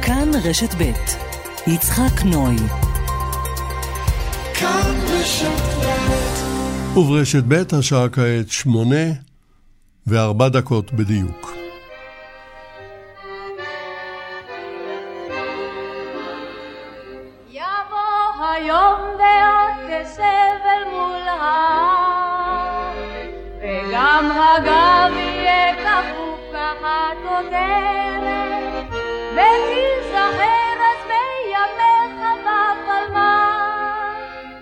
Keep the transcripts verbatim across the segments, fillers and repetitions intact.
כאן רשת ב' יצחק נוי. כאן רשת ב'. וברשת ב' השעה כעת שמונה וארבע דקות בדיוק. יבוא היום ואת תסבל מול ההר, וגם הגב יהיה כפוף כחתותרת, ותיזכר אז בימיך בפלמ"ח,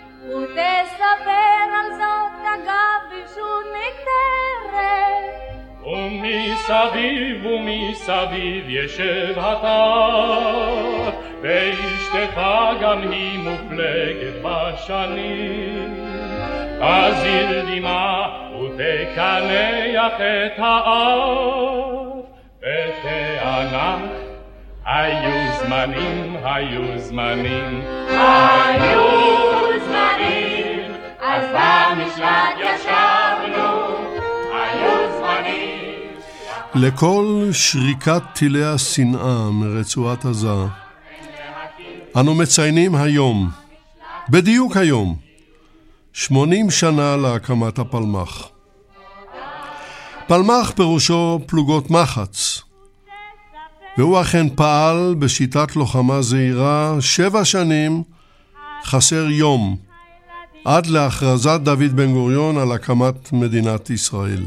ותספר על זאת הגב בלשון מקטרת. ומסביב ומסביב ישב התר, ואשתך גם היא מופלגת בשנים, תזיל דמעה ותקנח את האף, ותענך היו זמנים, היו זמנים, היו זמנים, אז במשלט ישבנו, היו זמנים. לכל שריקת טילי השנאה מרצועת עזה אנו מציינים היום, בדיוק היום, שמונים שנה להקמת הפלמ"ח. פלמ"ח פירושו פלוגות מחץ, והוא אכן פעל בשיטת לוחמה זהירה שבע שנים חסר יום, עד להכרזת דוד בן גוריון על הקמת מדינת ישראל.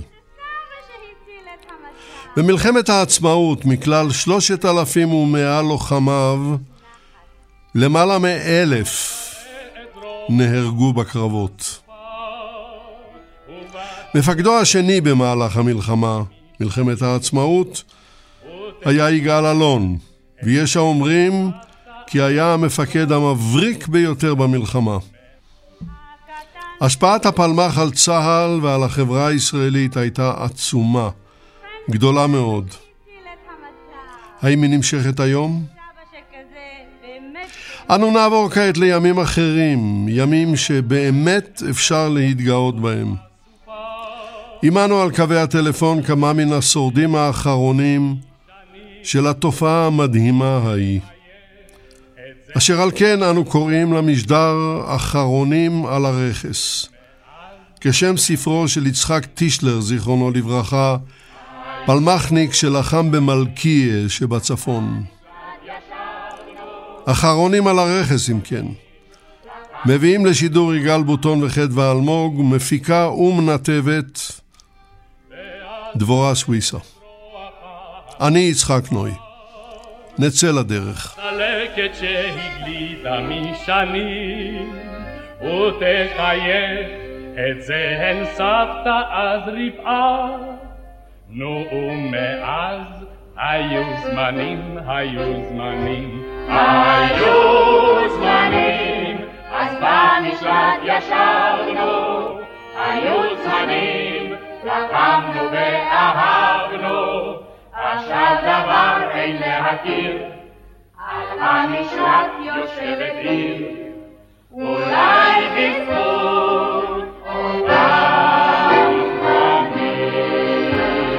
במלחמת העצמאות מכלל שלושת אלפים ומאה לוחמיו, למעלה מאלף נהרגו בקרבות. מפקדו השני במהלך המלחמה, מלחמת העצמאות, היה יגאל אלון, ויש האומרים כי היה המפקד המבריק ביותר במלחמה. השפעת הפלמ"ח על צה"ל ועל החברה הישראלית הייתה עצומה, גדולה מאוד. האם היא נמשכת היום? אנו נעבור כעת לימים אחרים, ימים שבאמת אפשר להתגאות בהם. עמנו על קווי הטלפון כמה מן השורדים האחרונים של התופעה המדהימה ההיא, אשר על כן אנו קוראים למשדר אחרונים על הרכס, כשם ספרו של יצחק טישלר זיכרונו לברכה, פלמ"חניק שלחם במלכיה שבצפון. אחרונים על הרכס אם כן. מביאים לשידור יגאל בוטון וחדווה אלמוג, מפיקה ומנתבת דבורה סוויסה. אני יצחק נוי. נצא לדרך. צלקת שהגלידה משנים ותחייך את זה הן סבתא אז רבעה. נו ומאז היו זמנים, היו זמנים, היו זמנים, אז במשלט ישבנו, היו זמנים, לחמנו ואהבנו, עכשיו דבר אין להכיר, על המשלט יושבת עיר, אולי בזכות אותם זמנים.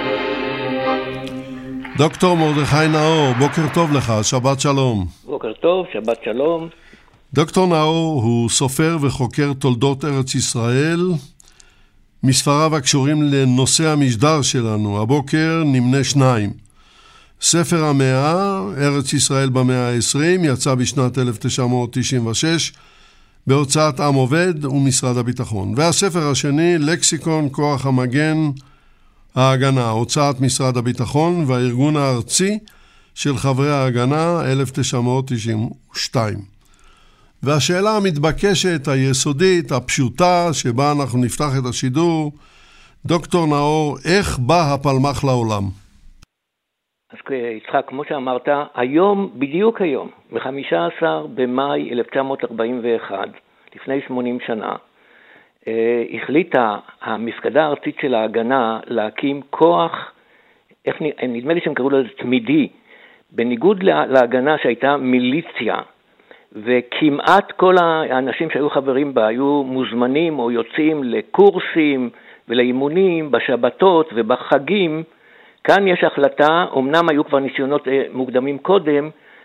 דוקטור מרדכי נאור, בוקר טוב לך, שבת שלום. בוקר טוב, שבת שלום. דוקטור נאור הוא סופר וחוקר תולדות ארץ ישראל, מספריו הקשורים לנושא המשדר שלנו. הבוקר נמנה שניים. ספר המאה, ארץ ישראל במאה העשרים, יצא בשנת אלף תשע מאות תשעים ושש בהוצאת עם עובד ומשרד הביטחון. והספר השני, לקסיקון כוח המגן ההגנה, הוצאת משרד הביטחון והארגון הארצי של חברי ההגנה, אלף תשע מאות תשעים ושתיים. והשאלה המתבקשת, היסודית, הפשוטה, שבה אנחנו נפתח את השידור, דוקטור נאור, איך בא הפלמ"ח לעולם? אז יצחק, כמו שאמרת, היום, בדיוק היום, ב-חמישה עשר במאי אלף תשע מאות ארבעים ואחת, לפני שמונים שנה, החליטה המפקדה הארצית של ההגנה להקים כוח, איך, נדמה לי שהם קראו לזה תמידי, בניגוד להגנה שהייתה מיליציה, וכמעט כל האנשים שהיו חברים בה היו מוזמנים או יוצאים לקורסים ולאימונים בשבתות ובחגים. כאן יש החלטה, אמנם היו כבר ניסיונות מוקדמים קודם,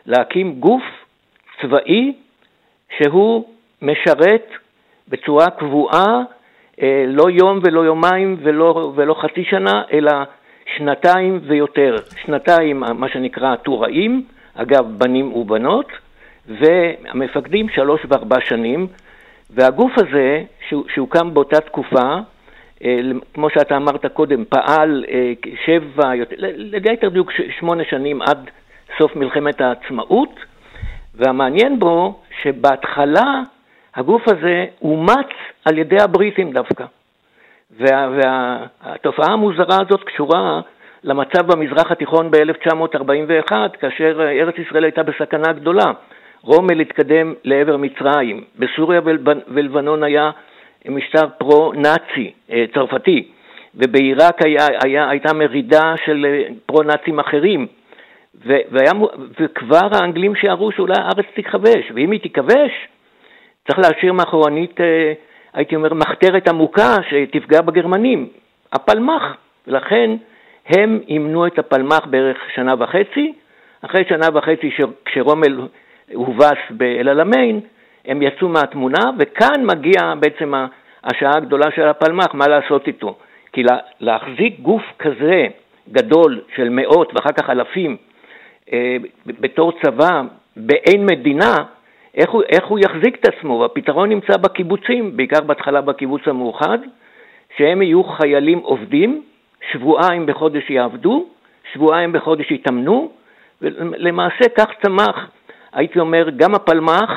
להקים גוף צבאי שהוא משרת בצורה קבועה, לא יום ולא יומיים ולא, ולא חצי שנה, אלא שנתיים ויותר. שנתיים, מה שנקרא טוראים, אגב בנים ובנות, והמפקדים שלוש וארבע שנים, והגוף הזה שהוקם באותה תקופה, כמו שאתה אמרת קודם, פעל שבע, לידי יותר דיוק שמונה שנים עד סוף מלחמת העצמאות, והמעניין בו שבהתחלה הגוף הזה אומץ על ידי הבריטים דווקא. וה, והתופעה המוזרה הזאת קשורה למצב במזרח התיכון ב-אלף תשע מאות ארבעים ואחת, כאשר ארץ ישראל הייתה בסכנה גדולה. רומל התקדם לעבר מצרים. בסוריה ולבנון היה משטר פרו-נאצי, צרפתי, ובעיראק היה, היה, הייתה מרידה של פרו-נאצים אחרים, והיה, וכבר האנגלים שערו שאולי הארץ תכבש, ואם היא תכבש, צריך להשאיר מאחורנית, הייתי אומר, מחתרת עמוקה שתפגע בגרמנים, הפלמ"ח, ולכן הם אימנו את הפלמ"ח בערך שנה וחצי, אחרי שנה וחצי כשרומל הובס באל אלמיין, הם יצאו מהתמונה, וכאן מגיע בעצם השעה הגדולה של הפלמ"ח, מה לעשות איתו. כי להחזיק גוף כזה גדול של מאות ואחר כך אלפים אה, בתור צבא באין מדינה, איך הוא, איך הוא יחזיק את עצמו? הפתרון נמצא בקיבוצים, בעיקר בהתחלה בקיבוץ המאוחד, שהם יהיו חיילים עובדים, שבועיים בחודש יעבדו, שבועיים בחודש יתאמנו, ולמעשה כך צמח, הייתי אומר, גם הפלמ"ח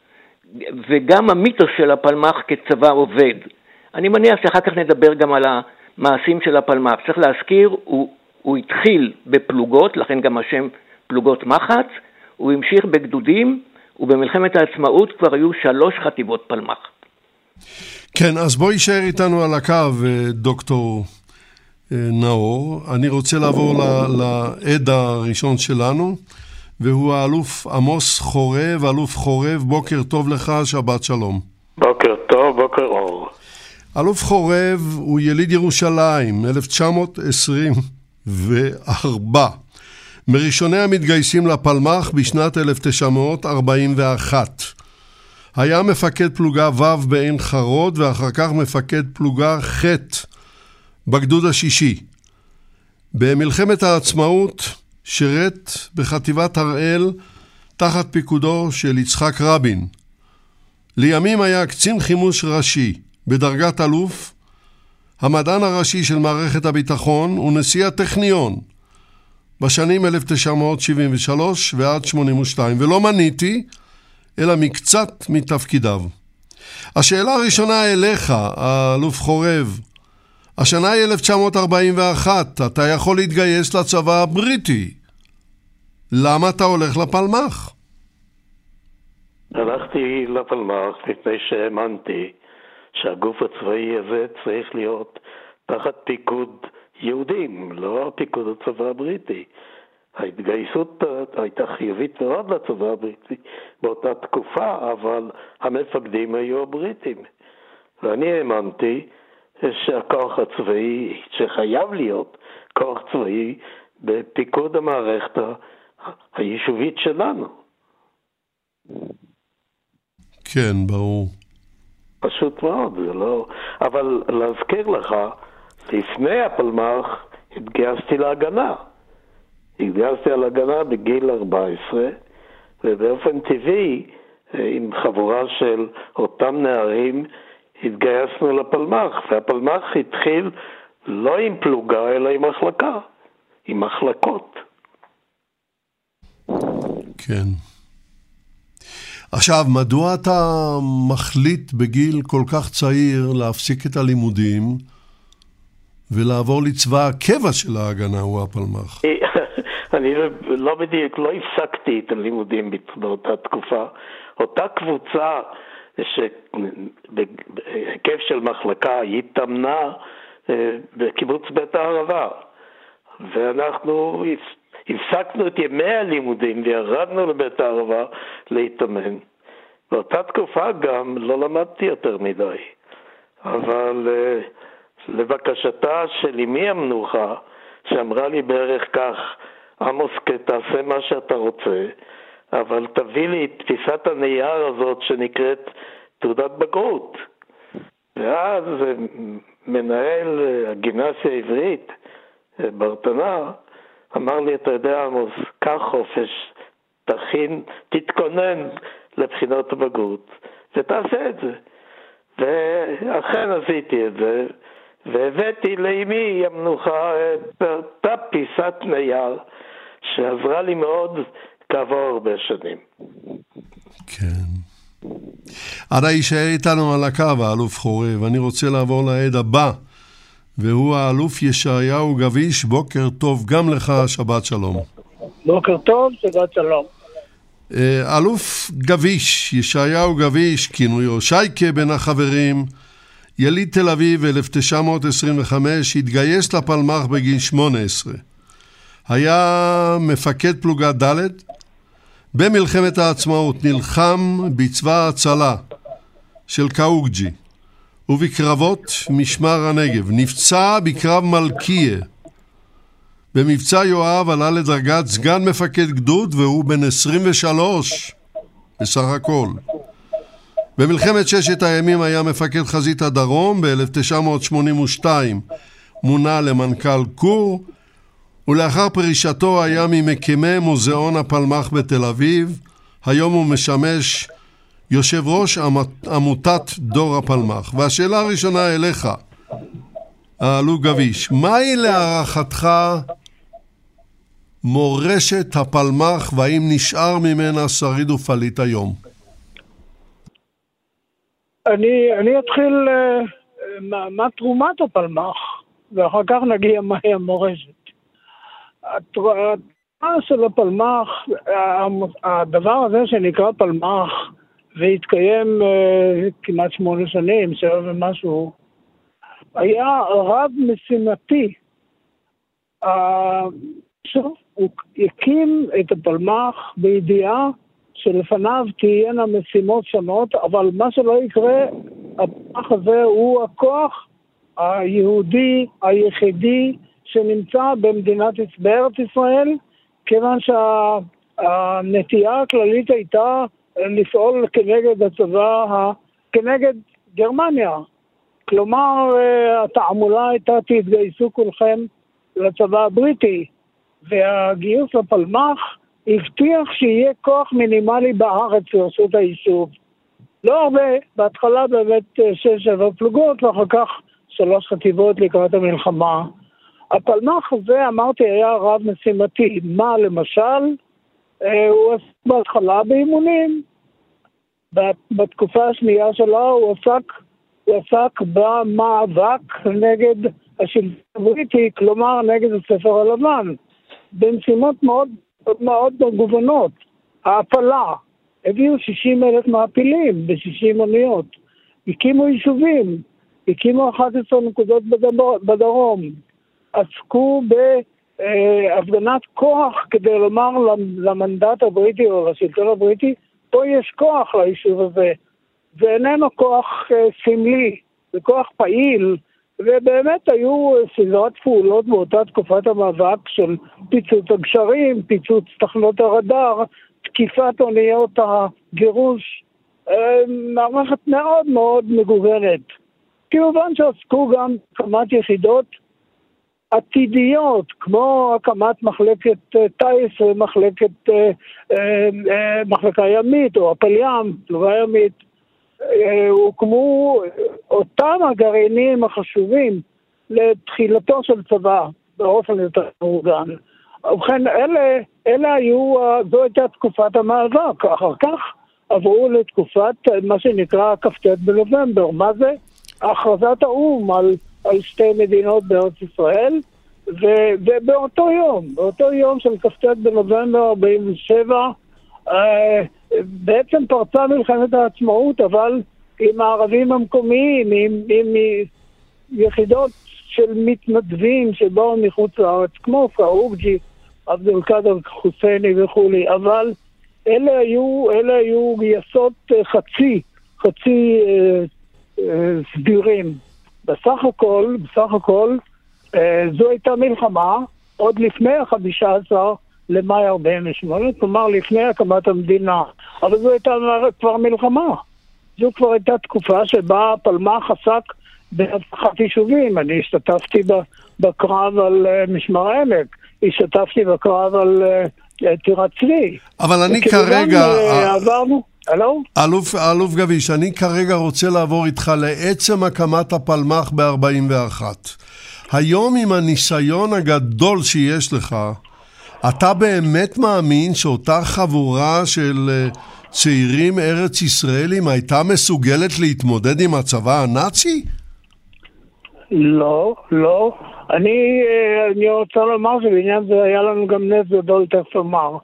וגם המיתוס של הפלמ"ח כצבא עובד. אני מניח שאחר כך נדבר גם על המעשים של הפלמ"ח. צריך להזכיר, הוא, הוא התחיל בפלוגות, לכן גם השם פלוגות מחץ, הוא המשיך בגדודים, ובמלחמת העצמאות כבר היו שלוש חטיבות פלמ"ח. כן, אז בואי יישאר איתנו על הקו, דוקטור נאור. אני רוצה לעבור לעד הראשון שלנו, והוא האלוף עמוס חורב. אלוף חורב, בוקר טוב לך, שבת שלום. בוקר טוב, בוקר אור. אלוף חורב הוא יליד ירושלים, אלף תשע מאות עשרים וארבע. מראשוני המתגייסים לפלמ"ח בשנת אלף תשע מאות ארבעים ואחת. היה מפקד פלוגה ו' בעין חרוד, ואחר כך מפקד פלוגה ח' בגדוד השישי. במלחמת העצמאות שירת בחטיבת הראל תחת פיקודו של יצחק רבין. לימים היה קצין חימוש ראשי בדרגת אלוף, המדען הראשי של מערכת הביטחון ונשיא הטכניון בשנים אלף תשע מאות שבעים ושלוש ועד שמונים ושתיים, ולא מניתי אלא מקצת מתפקידיו. השאלה הראשונה אליך, האלוף חורב, השנה היא אלף תשע מאות ארבעים ואחת, אתה יכול להתגייס לצבא הבריטי. למה אתה הולך לפלמ"ח? הלכתי לפלמ"ח מפני שהאמנתי שהגוף הצבאי הזה צריך להיות תחת פיקוד יהודים, לא פיקוד הצבא הבריטי. ההתגייסות הייתה חיובית מאוד לצבא הבריטי באותה תקופה, אבל המפקדים היו הבריטים. ואני האמנתי שהכוח הצבאי, שחייב להיות כוח צבאי בפיקוד המערכת היישובית שלנו. כן, ברור. פשוט מאוד, זה לא... אבל להזכיר לך, לפני הפלמ"ח התגייסתי להגנה. התגייסתי על הגנה בגיל ארבע עשרה, ובאופן טבעי, עם חבורה של אותם נערים, התגייסנו לפלמ"ח, והפלמ"ח התחיל לא עם פלוגה, אלא עם מחלקה, עם מחלקות. כן. עכשיו, מדוע אתה מחליט בגיל כל כך צעיר להפסיק את הלימודים ולעבור לצבא הקבע של ההגנה, הוא הפלמ"ח? אני לא בדיוק, לא הפסקתי את הלימודים באותה תקופה. אותה קבוצה שבהיקף של מחלקה התאמנה בקיבוץ בית הערבה, ואנחנו הפסקנו את ימי הלימודים וירדנו לבית הערבה להתאמן. באותה תקופה גם לא למדתי יותר מדי, אבל לבקשתה של אמי המנוחה, שאמרה לי בערך כך, עמוס, תעשה מה שאתה רוצה, אבל תביא לי את תפיסת הנייר הזאת שנקראת תעודת בגרות. ואז מנהל הגימנסיה העברית, ברטנה, אמר לי, אתה יודע עמוס, קח חופש, תכין, תתכונן לבחינות הבגרות, ותעשה את זה. ואכן עשיתי את זה, והבאתי לאמי המנוחה את אותה פיסת נייר, שעזרה לי מאוד כעבור הרבה שנים. כן. עדה יישאר איתנו על הקו, האלוף חורב, ואני רוצה לעבור לעד הבא, והוא האלוף ישעיהו גביש. בוקר טוב גם לך, שבת שלום. בוקר טוב, שבת שלום. אלוף גביש, ישעיהו גביש, כינויו שייקה בין החברים, יליד תל אביב אלף תשע מאות עשרים וחמש, התגייס לפלמ"ח בגיל שמונה עשרה. היה מפקד פלוגת ד' במלחמת העצמאות, נלחם בצבא ההצלה של קאוג'י ובקרבות משמר הנגב, נפצע בקרב מלכיה. במבצע יואב עלה לדרגת סגן מפקד גדוד והוא בן עשרים ושלוש בסך הכל. במלחמת ששת הימים היה מפקד חזית הדרום. ב-אלף תשע מאות שמונים ושתיים מונה למנכ"ל קור, ולאחר פרישתו היה ממקימי מוזיאון הפלמ"ח בתל אביב. היום הוא משמש יושב ראש עמותת דור הפלמ"ח. והשאלה הראשונה אליך, האלוף גביש, מהי להערכתך מורשת הפלמ"ח, והאם נשאר ממנה שריד ופליט היום? אני, אני אתחיל uh, מה, מה תרומת הפלמ"ח, ואחר כך נגיע מהי המורשת. התרומה של הפלמ"ח, הדבר הזה שנקרא פלמ"ח, והתקיים uh, כמעט שמונה שנים, שבע ומשהו, היה רב משימתי. Uh, שוב, הוא הקים את הפלמ"ח בידיעה שלפניו תהיינה משימות שונות, אבל מה שלא יקרה, הפלמ"ח הזה הוא הכוח היהודי היחידי שנמצא במדינת בארץ ישראל, כיוון שהנטייה הכללית הייתה לפעול כנגד הצבא, כנגד גרמניה. כלומר, התעמולה הייתה תתגייסו כולכם לצבא הבריטי, והגיוס לפלמ"ח הבטיח שיהיה כוח מינימלי בארץ לרשות היישוב. לא הרבה, בהתחלה באמת שש שבע פלוגות, ואחר כך שלוש חטיבות לקראת המלחמה. הפלמ"ח הזה, אמרתי, היה רב משימתי. מה למשל? הוא עסק בהתחלה באימונים. בתקופה השנייה שלה הוא עסק, הוא עסק במאבק נגד השלטון הבריטי, כלומר נגד הספר הלבן. במשימות מאוד מאוד מגוונות. ההפלה, הביאו שישים אלף מעפילים ב-שישים אוניות. הקימו יישובים, הקימו אחת עשרה נקודות בדרום. עסקו בהפגנת כוח כדי לומר למנדט הבריטי או לשלטון הבריטי, פה יש כוח ליישוב הזה. זה איננו כוח סמלי, זה כוח פעיל, ובאמת היו סדרת פעולות באותה תקופת המאבק של פיצוץ הגשרים, פיצוץ תחנות הרדאר, תקיפת אוניות הגירוש, מערכת מאוד מאוד מגוונת. כמובן שעסקו גם הקמת יחידות עתידיות, כמו הקמת מחלקת טייס ומחלקת מחלקה ימית או הפל ים, פלוגה ימית. הוקמו אותם הגרעינים החשובים לתחילתו של צבא באופן יותר מאורגן. ובכן, אלה, אלה היו, זו הייתה תקופת המאבק. אחר כך עברו לתקופת מה שנקרא כ"ט בנובמבר. מה זה? הכרזת האו"ם על, על שתי מדינות בארץ ישראל, ו, ובאותו יום, באותו יום של כ"ט בנובמבר ארבעים ושבע, אה, בעצם פרצה מלחמת העצמאות, אבל עם הערבים המקומיים, עם, עם יחידות של מתנדבים שבאו מחוץ לארץ, כמו קאוג'י, עבד אל-קאדר חוסייני וכולי, אבל אלה היו, אלה היו גייסות חצי, חצי אה, אה, סדירים. בסך הכל, בסך הכל, אה, זו הייתה מלחמה, עוד לפני ה-חמישה עשר למאי ארבעים ושמונה, כלומר לפני הקמת המדינה. אבל זו הייתה כבר מלחמה. זו כבר הייתה תקופה שבה הפלמ"ח עסק בהבטחת יישובים. אני השתתפתי בקרב על משמר העמק, השתתפתי בקרב על טירת צבי. אבל אני כרגע... עברנו... הלו? אלוף, אלוף גביש, אני כרגע רוצה לעבור איתך לעצם הקמת הפלמ"ח ב-ארבעים ואחת. היום עם הניסיון הגדול שיש לך, אתה באמת מאמין שאותה חבורה של צעירים ארץ ישראלים הייתה מסוגלת להתמודד עם הצבא הנאצי? לא, לא. אני, אני רוצה לומר שבעניין זה היה לנו גם נס גדול, תכף אומר.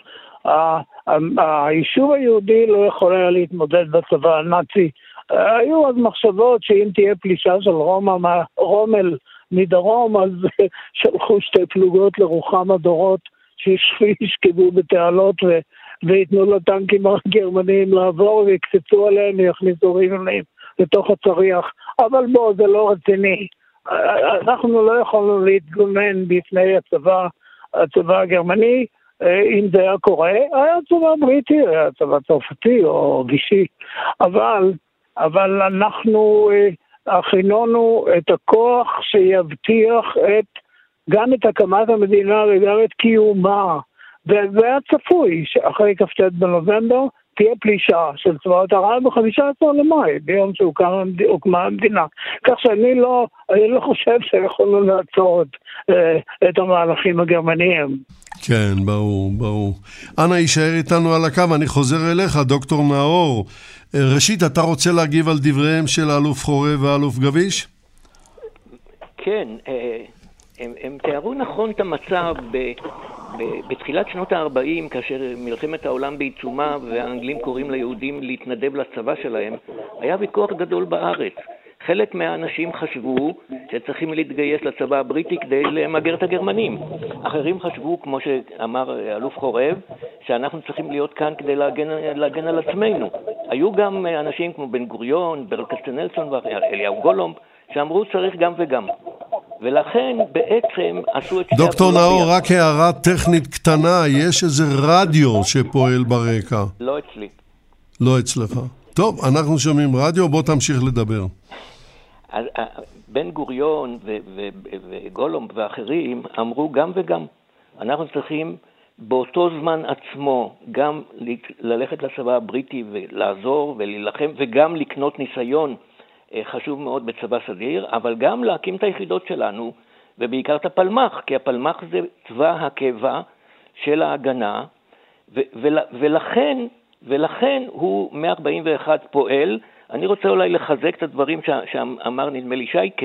היישוב היהודי לא יכול היה להתמודד בצבא הנאצי. היו אז מחשבות שאם תהיה פלישה של רומא, רומל מדרום, אז שלחו שתי פלוגות לרוחם הדורות שישכבו בתעלות ו... ויתנו לטנקים הגרמניים לעבור ויקצצו עליהם ויכניסו רימונים לתוך הצריח. אבל בוא, זה לא רציני. אנחנו לא יכולנו להתגונן בפני הצבא, הצבא הגרמני. אם זה היה קורה, היה צבא בריטי, היה צבא צרפתי או גישי. אבל, אבל אנחנו הכינונו את הכוח שיבטיח את, גם את הקמת המדינה וגם את קיומה. וזה היה צפוי שאחרי כ"ט בנובמבר תהיה פלישה של צבאות ערב ב-חמישה עשר למאי, ביום שהוקמה המדינה. כך שאני לא, אני לא חושב שיכולנו לעצור את, את המהלכים הגרמניים. כן, ברור, ברור. אנא, יישאר איתנו על הקו, אני חוזר אליך, דוקטור נאור. ראשית, אתה רוצה להגיב על דבריהם של אלוף חורב ואלוף גביש? כן, הם, הם תיארו נכון את המצב ב... בתחילת שנות ה-ארבעים, כאשר מלחמת העולם בעיצומה והאנגלים קוראים ליהודים להתנדב לצבא שלהם, היה ויכוח גדול בארץ. חלק מהאנשים חשבו שצריכים להתגייס לצבא הבריטי כדי למגר את הגרמנים. אחרים חשבו, כמו שאמר אלוף חורב, שאנחנו צריכים להיות כאן כדי להגן, להגן על עצמנו. היו גם אנשים כמו בן גוריון, ברל כצנלסון ואליהו גולומב, שאמרו צריך גם וגם. ולכן בעצם עשו את... דוקטור נאור, רק הערה טכנית קטנה, יש איזה רדיו שפועל ברקע. לא אצלי. לא אצלך. טוב, אנחנו שומעים רדיו, בוא תמשיך לדבר. אז בן גוריון וגולומב ואחרים אמרו גם וגם. אנחנו צריכים באותו זמן עצמו גם ללכת לצבא הבריטי ולעזור ולהילחם וגם לקנות ניסיון חשוב מאוד בצבא סדיר, אבל גם להקים את היחידות שלנו, ובעיקר את הפלמ"ח, כי הפלמ"ח זה צבא הקבע של ההגנה, ו- ול- ולכן, ולכן הוא מ-ארבעים ואחת פועל. אני רוצה אולי לחזק את הדברים ש- שאמר נדמה לי שייקה.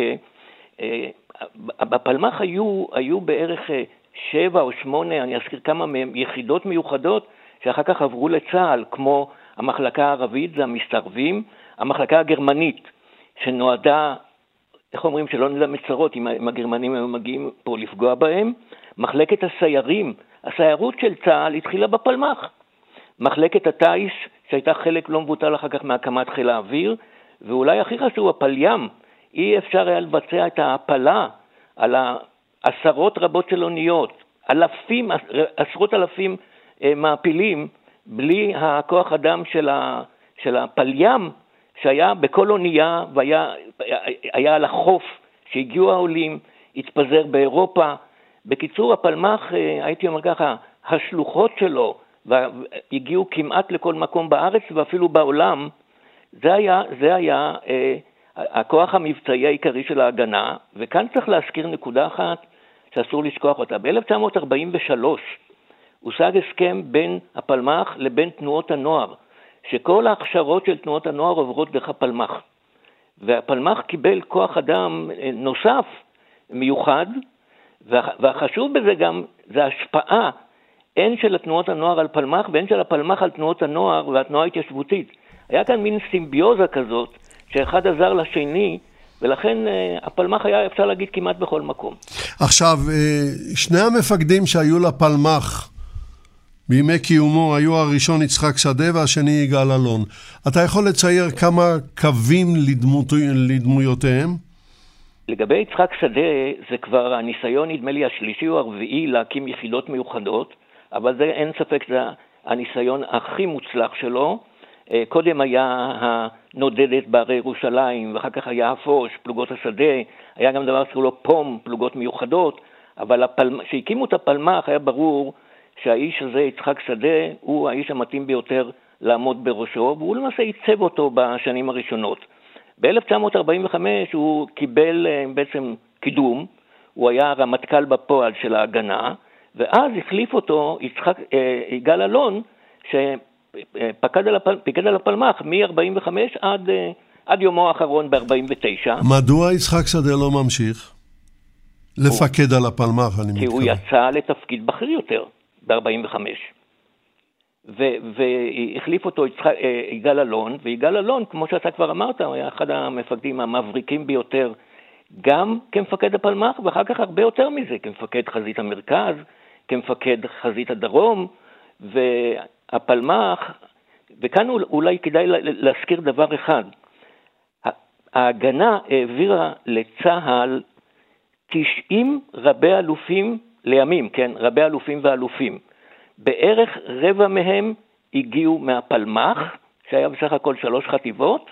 בפלמ"ח היו, היו בערך שבע או שמונה, אני אזכיר כמה מהם, יחידות מיוחדות שאחר כך עברו לצה"ל, כמו המחלקה הערבית, זה המסתרבים, המחלקה הגרמנית, שנועדה, איך אומרים, שלא נדע מצרות אם, אם הגרמנים היו מגיעים פה לפגוע בהם. מחלקת הסיירים, הסיירות של צה"ל התחילה בפלמ"ח. מחלקת הטייס, שהייתה חלק לא מבוטל אחר כך מהקמת חיל האוויר, ואולי הכי חשוב, הפלים. אי אפשר היה לבצע את ההפלה על העשרות רבות של אוניות, אלפים, עשרות אלפים מעפילים, בלי הכוח אדם של, ה, של הפלים, שהיה בכל אונייה והיה היה על החוף שהגיעו העולים, התפזר באירופה. בקיצור, הפלמ"ח, הייתי אומר ככה, השלוחות שלו והגיעו כמעט לכל מקום בארץ ואפילו בעולם. זה היה, זה היה אה, הכוח המבצעי העיקרי של ההגנה, וכאן צריך להזכיר נקודה אחת שאסור לשכוח אותה. ב-אלף תשע מאות ארבעים ושלוש הושג הסכם בין הפלמ"ח לבין תנועות הנוער, שכל ההכשרות של תנועות הנוער עוברות דרך הפלמ"ח. והפלמ"ח קיבל כוח אדם נוסף, מיוחד, והחשוב בזה גם, זה השפעה, הן של תנועות הנוער על פלמ"ח, והן של הפלמ"ח על תנועות הנוער והתנועה ההתיישבותית. היה כאן מין סימביוזה כזאת, שאחד עזר לשני, ולכן הפלמ"ח היה, אפשר להגיד, כמעט בכל מקום. עכשיו, שני המפקדים שהיו לפלמ"ח, בימי קיומו, היו הראשון יצחק שדה והשני יגאל אלון. אתה יכול לצייר כמה קווים לדמות, לדמויותיהם? לגבי יצחק שדה, זה כבר הניסיון, נדמה לי, השלישי או הרביעי להקים יחידות מיוחדות. אבל זה אין ספק, זה הניסיון הכי מוצלח שלו. קודם היה הנודדת בערי ירושלים, ואחר כך היה הפוש, פלוגות השדה, היה גם דבר שקראו לו פום, פלוגות מיוחדות, אבל כשהקימו את הפלמ"ח היה ברור שהאיש הזה, יצחק שדה, הוא האיש המתאים ביותר לעמוד בראשו, והוא למעשה ייצב אותו בשנים הראשונות. ב-אלף תשע מאות ארבעים וחמש הוא קיבל בעצם קידום, הוא היה רמטכ"ל בפועל של ההגנה, ואז החליף אותו יצחק, יגאל אלון, שפיקד על, הפל, פיקד על הפלמ"ח מ-ארבעים וחמש עד, עד יומו האחרון ב-ארבעים ותשע. מדוע יצחק שדה לא ממשיך? לפקד על הפלמ"ח, אני מתכוון. כי הוא יצא לתפקיד בכיר יותר ב-ארבעים וחמש. והחליף אותו יצחק, יגאל אלון, ויגאל אלון, כמו שאתה כבר אמרת, הוא היה אחד המפקדים המבריקים ביותר, גם כמפקד הפלמ"ח, ואחר כך הרבה יותר מזה, כמפקד חזית המרכז, כמפקד חזית הדרום, והפלמ"ח, וכאן אולי כדאי להזכיר דבר אחד, ההגנה העבירה לצה"ל תשעים רבי אלופים לימים, כן, רבי אלופים ואלופים, בערך רבע מהם הגיעו מהפלמ"ח, שהיה בסך הכל שלוש חטיבות,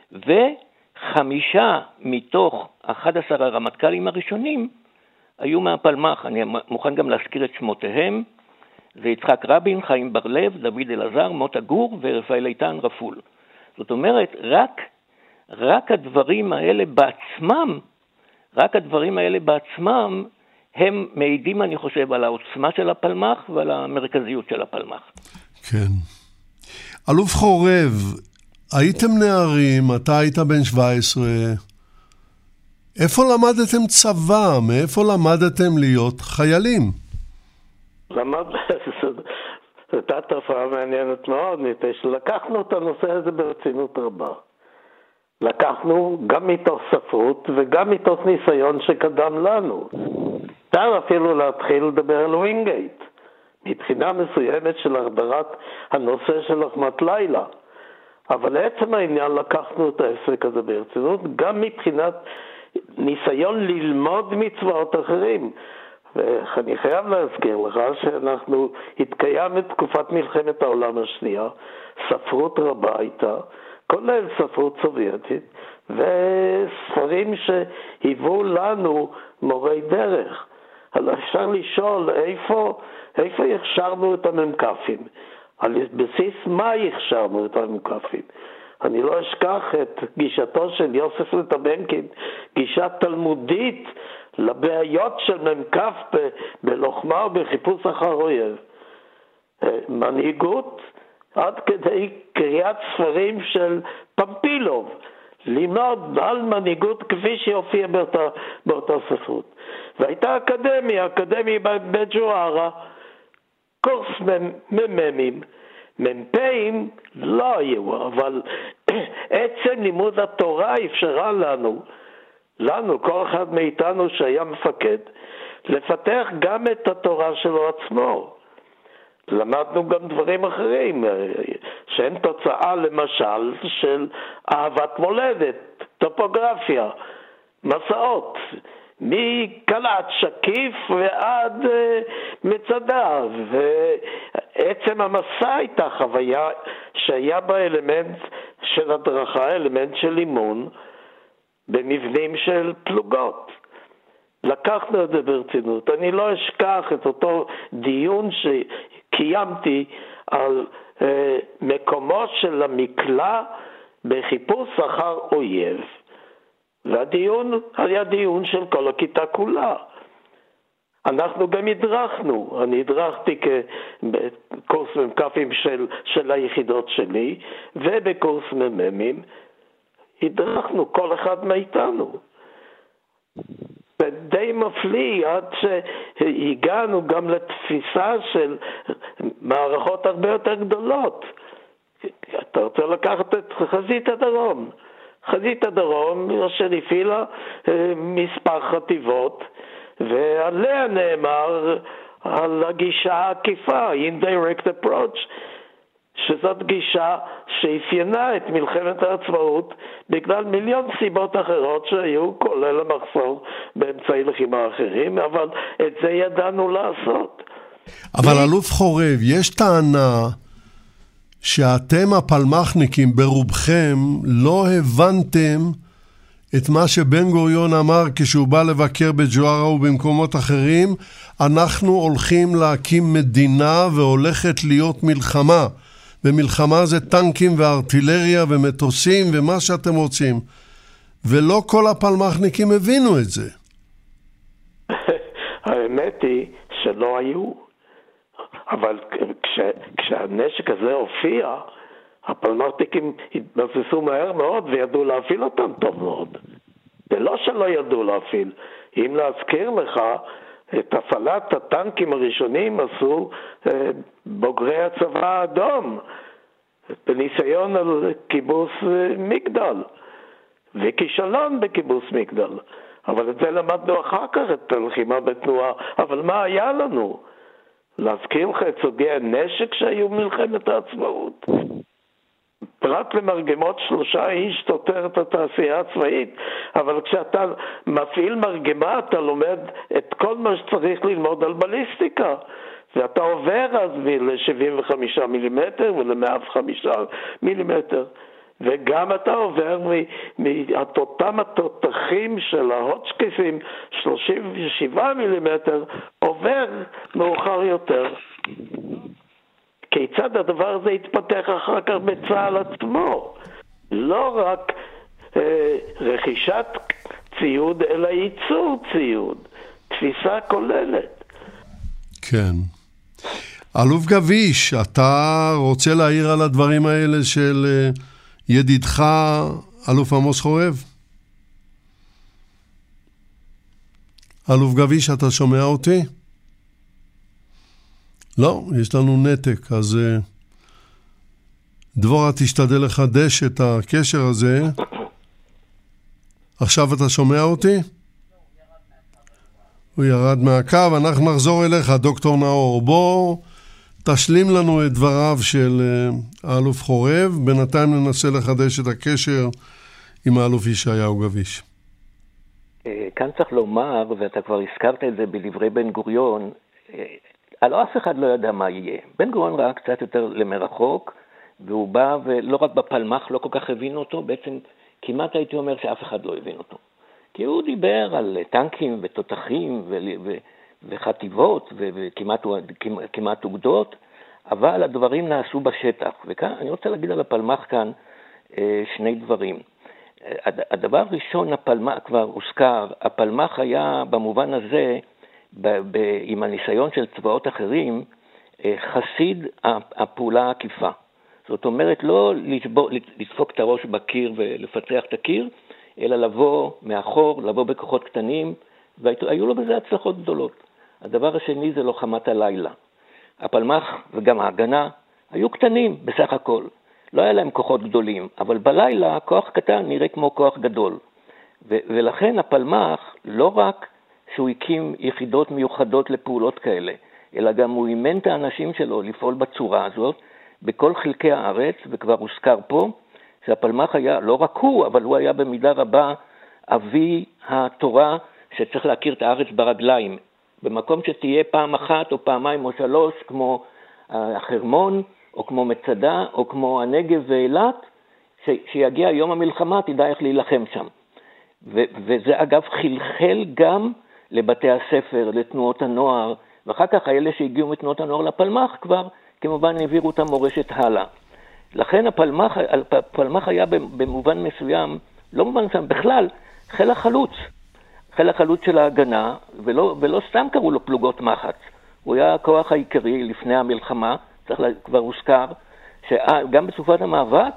וחמישה מתוך אחד עשר הרמטכ"לים הראשונים היו מהפלמ"ח. אני מוכן גם להזכיר את שמותיהם, זה יצחק רבין, חיים בר-לב, דוד אלעזר, מוטה גור ורפאל איתן רפול. זאת אומרת, רק, רק הדברים האלה בעצמם, רק הדברים האלה בעצמם, הם מעידים, אני חושב, על העוצמה של הפלמ"ח ועל המרכזיות של הפלמ"ח. כן. אלוף חורב, הייתם נערים, אתה היית בן שבע עשרה, איפה למדתם צבא? מאיפה למדתם להיות חיילים? למד... הייתה תופעה מעניינת מאוד, מפני שלקחנו את הנושא הזה ברצינות רבה. לקחנו גם מתוך ספרות וגם מתוך ניסיון שקדם לנו. אפשר אפילו להתחיל לדבר על ווינגייט, מבחינה מסוימת של החדרת הנושא של לחמת לילה. אבל לעצם העניין לקחנו את העסק הזה ברצינות, גם מבחינת ניסיון ללמוד מצבאות אחרים. ואני חייב להזכיר לך שאנחנו התקיים את תקופת מלחמת העולם השנייה, ספרות רבה הייתה, כולל ספרות סובייטית, וספרים שהיוו לנו מורי דרך. אז אפשר לשאול איפה, איפה הכשרנו את המ"כים, על בסיס מה הכשרנו את המ"כים. אני לא אשכח את גישתו של יוסף לטבנקין, גישה תלמודית לבעיות של מ"כ ב- בלוחמה ובחיפוש אחר אויב. מנהיגות עד כדי קריאת ספרים של פמפילוב, ללמוד על מנהיגות כפי שהופיע באותה, באותה ספרות. והייתה אקדמיה, אקדמיה בג'וארה, קורס מ"מים, מ"פים לא היו, אבל עצם לימוד התורה אפשרה לנו, לנו, כל אחד מאיתנו שהיה מפקד, לפתח גם את התורה שלו עצמו. למדנו גם דברים אחרים, שהם תוצאה למשל של אהבת מולדת, טופוגרפיה, מסעות, מקלט שקיף ועד מצדה, ועצם המסע הייתה חוויה שהיה בה אלמנט של הדרכה, אלמנט של אימון, במבנים של פלוגות. לקחנו את זה ברצינות. אני לא אשכח את אותו דיון שקיימתי על אה, מקומו של המקלע בחיפוש אחר אויב. והדיון היה דיון של כל הכיתה כולה. אנחנו גם הדרכנו. אני הדרכתי בקורס מ"כים של, של היחידות שלי, ובקורס מ"מים. הדרכנו כל אחד מאיתנו. די מפליא עד שהגענו גם לתפיסה של מערכות הרבה יותר גדולות. אתה רוצה לקחת את חזית הדרום. חזית הדרום אשר הפעילה מספר חטיבות, ועליה נאמר על הגישה העקיפה, indirect approach, שזאת גישה שאפיינה את מלחמת העצמאות בגלל מיליון סיבות אחרות שהיו, כולל המחסור באמצעי לחימה אחרים, אבל את זה ידענו לעשות. אבל אלוף חורב, יש טענה שאתם הפלמחניקים ברובכם לא הבנתם את מה שבן גוריון אמר כשהוא בא לבקר בג'וארה ובמקומות אחרים, אנחנו הולכים להקים מדינה והולכת להיות מלחמה. ומלחמה זה טנקים וארטילריה ומטוסים ומה שאתם רוצים. ולא כל הפלמחניקים הבינו את זה. האמת היא שלא היו. אבל כש, כשהנשק הזה הופיע, הפלמחניקים התבססו מהר מאוד וידעו להפעיל אותם טוב מאוד. זה לא שלא ידעו להפעיל. אם להזכיר לך, את הפעלת הטנקים הראשונים עשו אה, בוגרי הצבא האדום, בניסיון על קיבוץ אה, מגדל, וכישלון בקיבוץ מגדל. אבל את זה למדנו אחר כך, את הלחימה בתנועה. אבל מה היה לנו? להזכיר לך את סוגי הנשק שהיו מלחמת העצמאות. פרט למרגמות שלושה איש תותר את התעשייה הצבאית, אבל כשאתה מפעיל מרגמה אתה לומד את כל מה שצריך ללמוד על בליסטיקה, ואתה עובר אז מ-שבעים וחמישה מילימטר ול-מאה וחמישה מילימטר, וגם אתה עובר מאותם התותחים של ההוצ'קיסים שלושים ושבעה מילימטר, עובר מאוחר יותר. כיצד הדבר הזה התפתח אחר כך בצה"ל עצמו? לא רק אה, רכישת ציוד, אלא ייצור ציוד. תפיסה כוללת. כן. אלוף גביש, אתה רוצה להעיר על הדברים האלה של אה, ידידך, אלוף עמוס חורב? אלוף גביש, אתה שומע אותי? לא, יש לנו נתק, אז דבורה תשתדל לחדש את הקשר הזה. עכשיו אתה שומע אותי? הוא ירד מהקו, אנחנו נחזור אליך, דוקטור נאור. בוא תשלים לנו את דבריו של האלוף חורב, בינתיים ננסה לחדש את הקשר עם האלוף ישעיהו גביש. כאן צריך לומר, ואתה כבר הזכרת את זה בדברי בן גוריון, הלא אף אחד לא ידע מה יהיה. בן גוריון ראה קצת יותר למרחוק, והוא בא ולא רק בפלמח לא כל כך הבין אותו, בעצם כמעט הייתי אומר שאף אחד לא הבין אותו. כי הוא דיבר על טנקים ותותחים ו- ו- וחטיבות וכמעט אוגדות, אבל הדברים נעשו בשטח. וכאן אני רוצה להגיד על הפלמח כאן שני דברים. הדבר הראשון, הפלמח כבר הוזכר, הפלמח היה במובן הזה, ב- ב- עם הניסיון של צבאות אחרים, חסיד הפעולה העקיפה. זאת אומרת, לא לשבור, לדפוק את הראש בקיר ולפצח את הקיר, אלא לבוא מאחור, לבוא בכוחות קטנים, והיו לו בזה הצלחות גדולות. הדבר השני זה לוחמת הלילה. הפלמח וגם ההגנה היו קטנים בסך הכל. לא היה להם כוחות גדולים, אבל בלילה כוח קטן נראה כמו כוח גדול. ו- ולכן הפלמח לא רק שהוא הקים יחידות מיוחדות לפעולות כאלה, אלא גם הוא אימן את האנשים שלו לפעול בצורה הזאת, בכל חלקי הארץ, וכבר הוזכר פה, שהפלמח היה, לא רק הוא, אבל הוא היה במידה רבה אבי התורה שצריך להכיר את הארץ ברגליים. במקום שתהיה פעם אחת או פעמיים או שלוש, כמו החרמון, או כמו מצדה, או כמו הנגב ואילת, שיגיע יום המלחמה, תדע איך להילחם שם. ו- וזה אגב חלחל גם לבתי הספר, לתנועות הנוער, ואחר כך האלה שהגיעו מתנועות הנוער לפלמח כבר, כמובן העבירו את המורשת הלאה. לכן הפלמח, הפלמח היה במובן מסוים, לא במובן מסוים, בכלל, חיל החלוץ. חיל החלוץ של ההגנה, ולא, ולא סתם קראו לו פלוגות מחץ. הוא היה הכוח העיקרי לפני המלחמה, צריך לה, כבר הוזכר, שגם בסופת המאבק,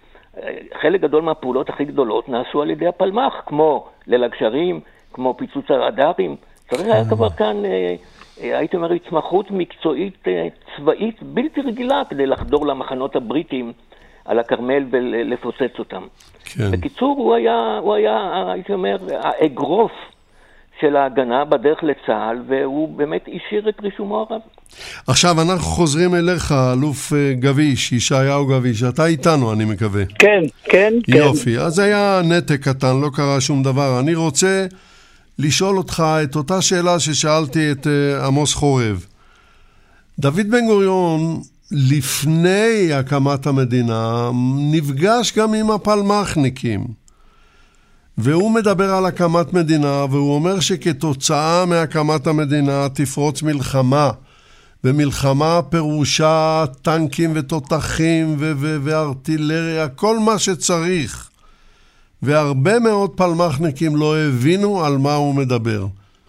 חלק גדול מהפעולות הכי גדולות נעשו על ידי הפלמח, כמו ליל הגשרים, כמו פיצוץ הרדארים. צריך היה כבר כאן, הייתי אומר, התמחות מקצועית צבאית בלתי רגילה כדי לחדור למחנות הבריטים על הכרמל ולפוצץ אותם. כן. בקיצור, הוא היה, הוא היה, הייתי אומר, האגרוף של ההגנה בדרך לצה"ל, והוא באמת השאיר את רישומו הרב. עכשיו אנחנו חוזרים אליך, אלוף גביש, ישעיהו גביש. אתה איתנו, אני מקווה. כן, כן, כן. יופי, אז היה נתק קטן, לא קרה שום דבר. אני רוצה לשאול אותך את אותה שאלה ששאלתי את עמוס חורב. דוד בן גוריון, לפני הקמת המדינה, נפגש גם עם הפלמחניקים. והוא מדבר על הקמת מדינה, והוא אומר שכתוצאה מהקמת המדינה תפרוץ מלחמה. ומלחמה פירושה טנקים ותותחים ו- ו- וארטילריה, כל מה שצריך. והרבה מאוד פלמחניקים לא הבינו על מה הוא מדבר.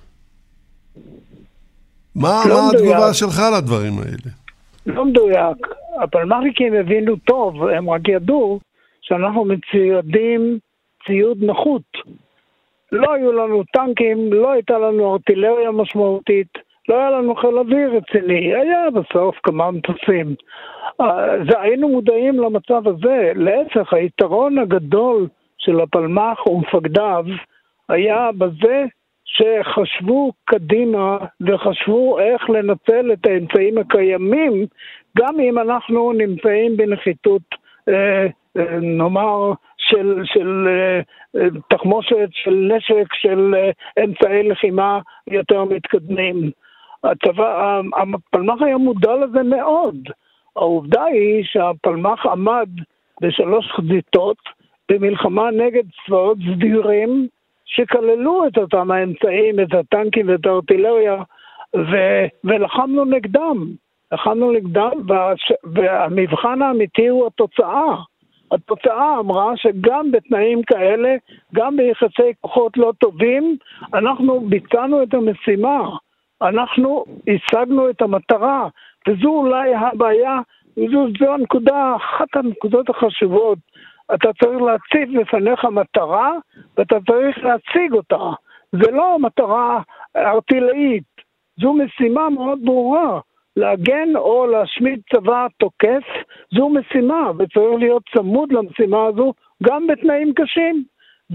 מה, לא מה מדויק. התגובה שלך לדברים האלה? לא מדויק. הפלמחניקים הבינו טוב, הם רק ידעו שאנחנו מצוידים ציוד נחות. לא היו לנו טנקים, לא הייתה לנו ארטילריה משמעותית, לא היה לנו חיל אוויר רציני, היה בסוף כמה מטוסים. זה, היינו מודעים למצב הזה. להפך, היתרון הגדול של הפלמח ומפקדיו היה בזה שחשבו קדימה וחשבו איך לנצל את האמצעים הקיימים, גם אם אנחנו נמצאים בנחיתות, אה, אה, נאמר, של, של אה, תחמושת, של נשק, של אה, אמצעי לחימה יותר מתקדמים. הצבא, הפלמח היה מודע לזה מאוד. העובדה היא שהפלמח עמד בשלוש חזיתות במלחמה נגד צבאות סדירים שכללו את אותם האמצעים, את הטנקים ואת הארטילריה, ו- ולחמנו נגדם. לחמנו נגדם, והמבחן האמיתי הוא התוצאה. התוצאה אמרה שגם בתנאים כאלה, גם ביחסי כוחות לא טובים, אנחנו ביצענו את המשימה. אנחנו השגנו את המטרה, וזו אולי הבעיה, וזו זו הנקודה, אחת הנקודות החשובות. אתה צריך להציב בפניך מטרה, ואתה צריך להציג אותה. זה לא מטרה ארטילאית, זו משימה מאוד ברורה. להגן או להשמיד צבא תוקף, זו משימה, וצריך להיות צמוד למשימה הזו, גם בתנאים קשים.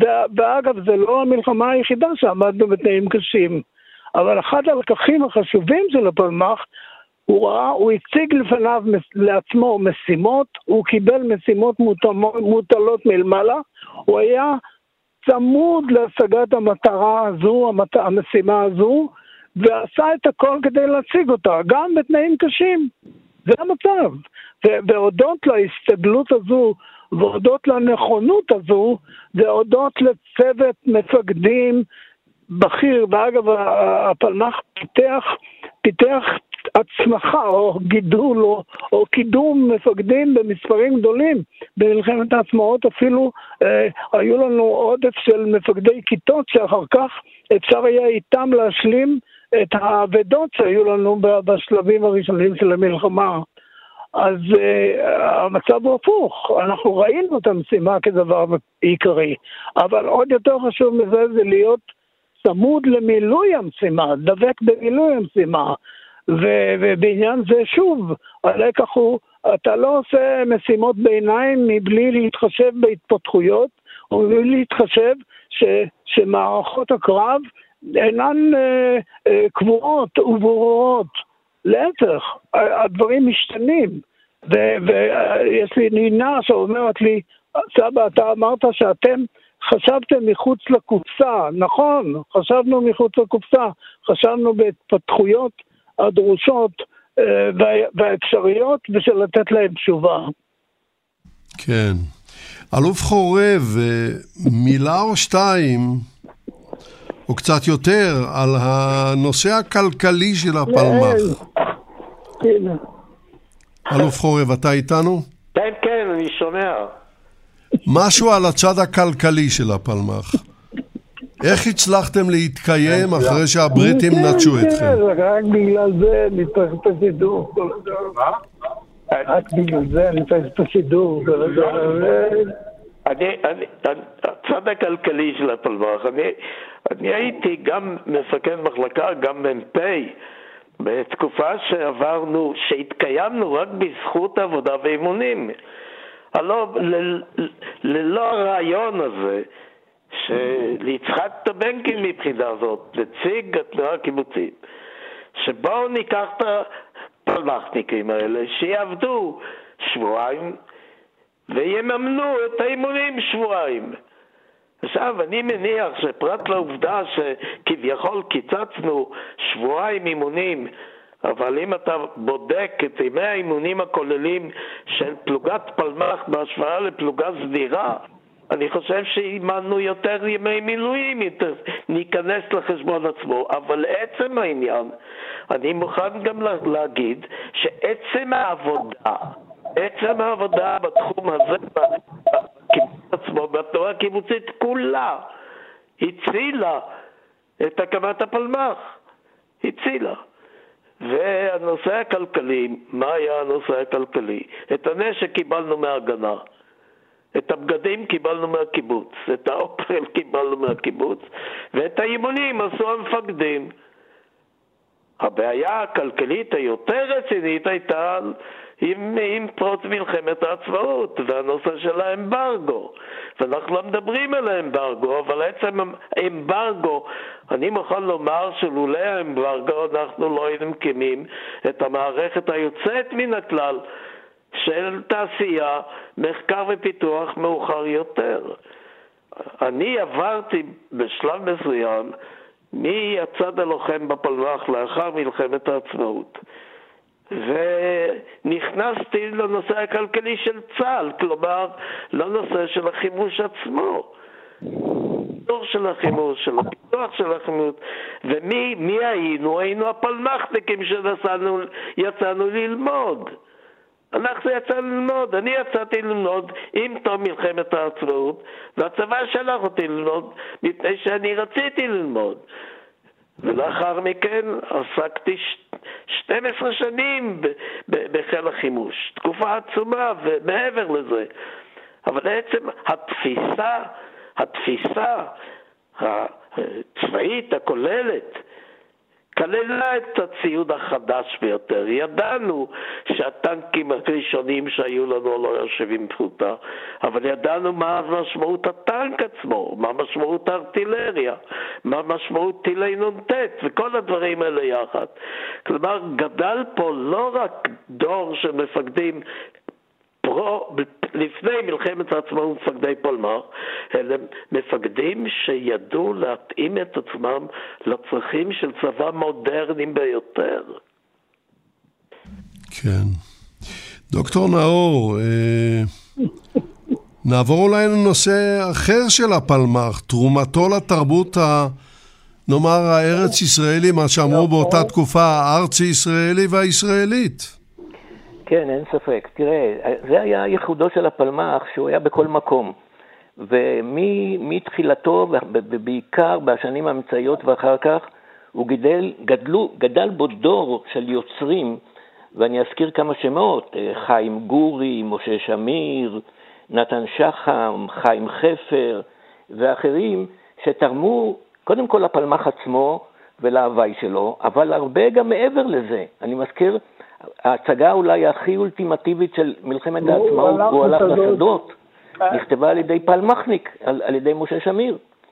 ואגב, זה לא המלחמה היחידה שעמדנו בתנאים קשים. אבל אחד הלקחים החשובים של הפלמח, הוא ראה, הוא הציג לפניו לעצמו משימות, הוא קיבל משימות מוטלות מלמעלה, הוא היה צמוד להשגת המטרה הזו, המשימה הזו, ועשה את הכל כדי להציג אותה, גם בתנאים קשים. זה המצב. והודות להסתגלות הזו, והודות לנכונות הזו, והודות לצוות מפקדים בכיר, ואגב הפלמח פיתח, פיתח הצמחה או גידול או, או קידום מפקדים במספרים גדולים. במלחמת העצמאות אפילו אה, היו לנו עודף של מפקדי כיתות שאחר כך אפשר היה איתם להשלים את העבדות שהיו לנו בשלבים הראשונים של המלחמה. אז uh, המצב הוא הפוך, אנחנו ראינו את המשימה כדבר עיקרי, אבל עוד יותר חשוב מזה זה להיות צמוד למילוי המשימה, דבק במילוי המשימה, ו- ובעניין זה שוב, הלקח הוא, אתה לא עושה משימות ביניים מבלי להתחשב בהתפתחויות, או מבלי להתחשב ש- שמערכות הקרב אינן אה, אה, קבועות וברורות. להפך, הדברים משתנים. ויש לי נינה שאומרת לי, סבא, אתה אמרת שאתם חשבתם מחוץ לקופסה. נכון, חשבנו מחוץ לקופסה. חשבנו בהתפתחויות הדרושות אה, והאפשריות בשביל לתת להם תשובה. כן. אלוף חורב, מילה או שתיים, או קצת יותר, על הנושא הכלכלי של הפלמח. הנה. אלוף חורב, אתה איתנו? כן, כן, אני שומע. משהו על הצד הכלכלי של הפלמח. איך הצלחתם להתקיים אחרי שהבריטים נטשו אתכם? כן, רק בגלל זה אני צריך את השידור. מה? רק בגלל זה אני צריך את השידור. אני, אני, הצד הכלכלי של הפלמח, אני, אני הייתי גם מפקד מחלקה, גם מ"פ, בתקופה שעברנו, שהתקיימנו רק בזכות עבודה ואימונים. הלא, ל, ללא הרעיון הזה, שליצחק את הבנקים מבחינה הזאת, נציג התנועה הקיבוצית, שבואו ניקח את הפלמחניקים האלה, שיעבדו שבועיים, ויממנו את האימונים שבועיים. עכשיו, אני מניח שפרט לעובדה שכביכול קיצצנו שבועיים אימונים אבל אם אתה בודק את ימי האימונים הכוללים של פלוגת פלמ"ח בהשוואה לפלוגה סדירה, אני חושב שאימנו יותר ימי מילואים, ניכנס לחשבון עצמו. אבל עצם העניין, אני מוכן גם להגיד שעצם העבודה, עצם העבודה בתחום הזה, בקיבוץ עצמו, בתנועה הקיבוצית כולה, הצילה את הקמת הפלמ"ח. הצילה. והנושא הכלכלי, מה היה הנושא הכלכלי? את הנשק קיבלנו מההגנה. את הבגדים קיבלנו מהקיבוץ, את האוכל קיבלנו מהקיבוץ, ואת האימונים עשו המפקדים. הבעיה הכלכלית היותר רצינית הייתה עם, עם פרוץ מלחמת העצמאות והנושא של האמברגו. ואנחנו לא מדברים על האמברגו, אבל עצם האמברגו, אני מוכן לומר שלולא האמברגו אנחנו לא היינו מקימים את המערכת היוצאת מן הכלל של תעשייה, מחקר ופיתוח מאוחר יותר. אני עברתי בשלב מסוים מהצד הלוחם בפלמ"ח לאחר מלחמת העצמאות, ונכנסתי לנושא הכלכלי של צה"ל, כלומר לנושא של החימוש עצמו, של החימוש, של הפיתוח של החימוש. ומי מי היינו? היינו הפלמ"חניקים שיצאנו יצאנו ללמוד. אנחנו יצאנו ללמוד, אני יצאתי ללמוד עם תום מלחמת העצמאות, והצבא שלח אותי ללמוד מפני שאני רציתי ללמוד. ולאחר מכן עסקתי שתים עשרה שנים בחיל החימוש, תקופה עצומה ומעבר לזה. אבל בעצם התפיסה, התפיסה הצבאית הכוללת, כללה את הציוד החדש ביותר. ידענו שהטנקים הראשונים שהיו לנו לא יושבים פחותה, אבל ידענו מה משמעות הטנק עצמו, מה משמעות הארטילריה, מה משמעות טילי נונטט, וכל הדברים האלה יחד. כלומר, גדל פה לא רק דור של מפקדים פרו, לפני מלחמת העצמאות מפקדי פלמ"ח, אלה מפקדים שידעו להתאים את עצמם לצרכים של צבא מודרניים ביותר. כן. דוקטור נאור, אה, נעבור אולי לנושא אחר של הפלמ"ח, תרומתו לתרבות ה... נאמר הארץ ישראלי, מה שאמרו באותה תקופה, הארצי ישראלי והישראלית. כן, אין ספק. תראה, זה היה ייחודו של הפלמ"ח, שהוא היה בכל מקום. ומתחילתו, ובעיקר בשנים האמצעיות ואחר כך, הוא גדל, גדלו, גדל בו דור של יוצרים, ואני אזכיר כמה שמות, חיים גורי, משה שמיר, נתן שחם, חיים חפר, ואחרים שתרמו קודם כל לפלמ"ח עצמו ולהווי שלו, אבל הרבה גם מעבר לזה. אני מזכיר, ההצגה אולי הכי אולטימטיבית של מלחמת העצמאות, הוא הלך לשדות, נכתבה על ידי פלמ"חניק, על, על ידי משה שמיר.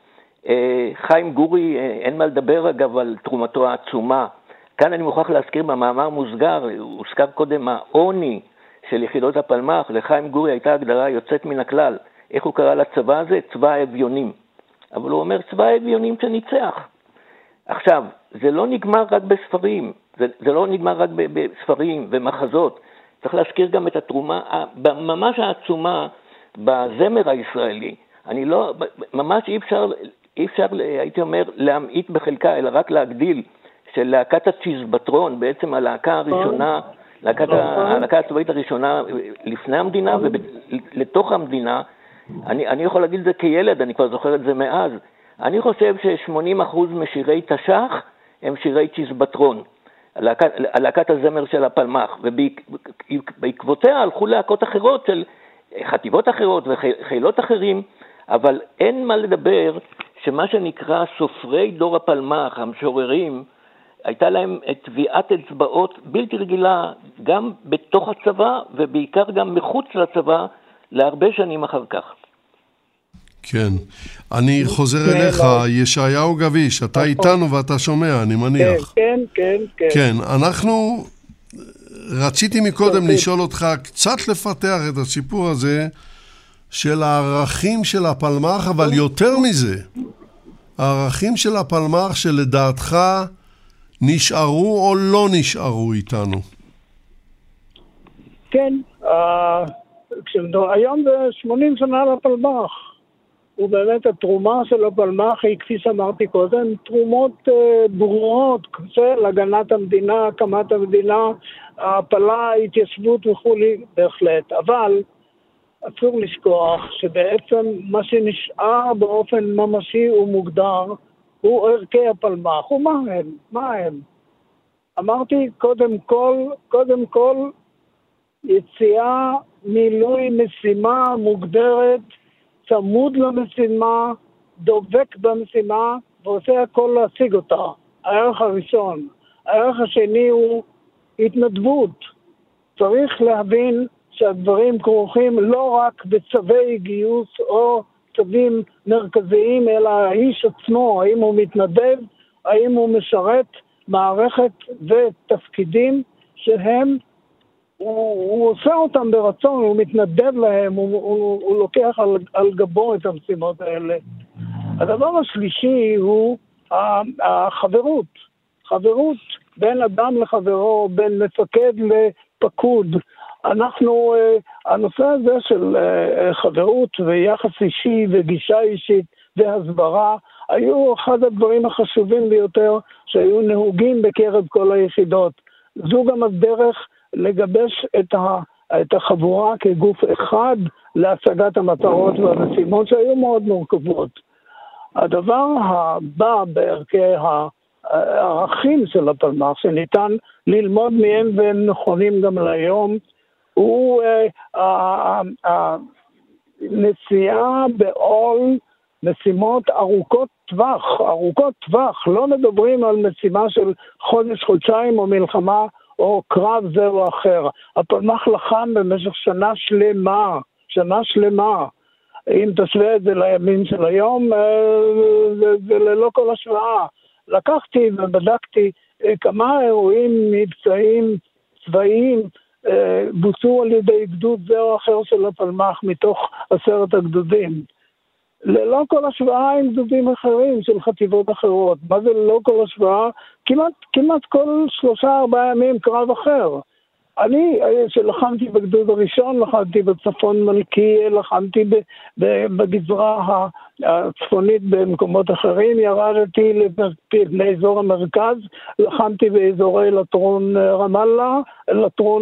חיים גורי, אין מה לדבר אגב על תרומתו העצומה. כאן אני מוכרח להזכיר במאמר מוסגר, הוזכר קודם העוני של יחידות הפלמ"ח, לחיים גורי הייתה הגדרה יוצאת מן הכלל. איך הוא קרא לצבא הזה? צבא האביונים. אבל הוא אומר צבא האביונים שניצח. עכשיו, זה לא נגמר רק בספרים, זה, זה לא נגמר רק בספרים ומחזות, צריך להזכיר גם את התרומה, ממש העצומה בזמר הישראלי. אני לא, ממש אי אפשר, אי אפשר, הייתי אומר, להמעיט בחלקה, אלא רק להגדיל, של להקת הצ'יזבטרון, בעצם הלהקה הראשונה, להקת, הלהקה הצבאית הראשונה לפני המדינה ולתוך המדינה. אני, אני יכול להגיד את זה כילד, אני כבר זוכר את זה מאז. אני חושב ש-שמונים אחוז משירי תש"ח הם שירי צ'יזבטרון, הלהקת, הלהקת הזמר של הפלמ"ח, ובעקבותיה הלכו להקות אחרות של חטיבות אחרות וחילות אחרים, אבל אין מה לדבר שמה שנקרא סופרי דור הפלמ"ח, המשוררים, הייתה להם טביעת אצבעות בלתי רגילה, גם בתוך הצבא ובעיקר גם מחוץ לצבא, להרבה שנים אחר כך. כן, אני חוזר אליך, ישעיהו גביש, אתה איתנו ואתה שומע, אני מניח. כן, כן, כן. כן, אנחנו, רציתי מקודם לשאול אותך קצת לפתח את הסיפור הזה של הערכים של הפלמ"ח, אבל יותר מזה, הערכים של הפלמ"ח שלדעתך נשארו או לא נשארו איתנו? כן, היום ב-שמונים שנה לפלמ"ח, ובאמת התרומה של הפלמ"ח היא, כפי שאמרתי קודם, תרומות ברורות של הגנת המדינה, הקמת המדינה, הפלה, התיישבות וכולי, בהחלט. אבל אסור לשכוח שבעצם מה שנשאר באופן ממשי ומוגדר הוא ערכי הפלמ"ח. ומה הם? מה הם? אמרתי קודם כל, קודם כל, יציאה, מילוי משימה מוגדרת, צמוד למשימה, דובק במשימה, ועושה הכל להשיג אותה. הערך הראשון. הערך השני הוא התנדבות. צריך להבין שהדברים כרוכים לא רק בצווי גיוס או צווים מרכזיים, אלא האיש עצמו, האם הוא מתנדב, האם הוא משרת מערכת ותפקידים שהם, הוא, הוא עושה אותם ברצון, הוא מתנדב להם, הוא, הוא, הוא לוקח על, על גבו את המשימות האלה. הדבר השלישי הוא החברות. חברות בין אדם לחברו, בין מפקד לפקוד. אנחנו, הנושא הזה של חברות ויחס אישי וגישה אישית והסברה, היו אחד הדברים החשובים ביותר שהיו נהוגים בקרב כל היחידות. זו גם הדרך לגבש את, ה, את החבורה כגוף אחד להשגת המטרות והמשימות שהיו מאוד מורכבות. הדבר הבא בערכי הערכים של הפלמ"ח, שניתן ללמוד מהם והם נכונים גם להיום, הוא הנשיאה בעול משימות ארוכות טווח, ארוכות טווח, לא מדברים על משימה של חודש, חודשיים או מלחמה או קרב זה או אחר. הפלמ"ח לחם במשך שנה שלמה, שנה שלמה. אם תשווה את זה לימים של היום, זה ללא כל השוואה. לקחתי ובדקתי כמה אירועים מבצעיים צבאיים בוצעו על ידי גדוד זה או אחר של הפלמ"ח מתוך עשרת הגדודים. ללא כל השוואה עם גדודים אחרים של חטיבות אחרות. מה זה ללא כל השוואה? כמעט, כמעט כל שלושה ארבעה ימים קרב אחר. אני, שלחמתי בגדוד הראשון, לחמתי בצפון מלכי, לחמתי בגזרה הצפונית במקומות אחרים, ירדתי לאזור המרכז, לחמתי באזורי לטרון רמאללה, לטרון,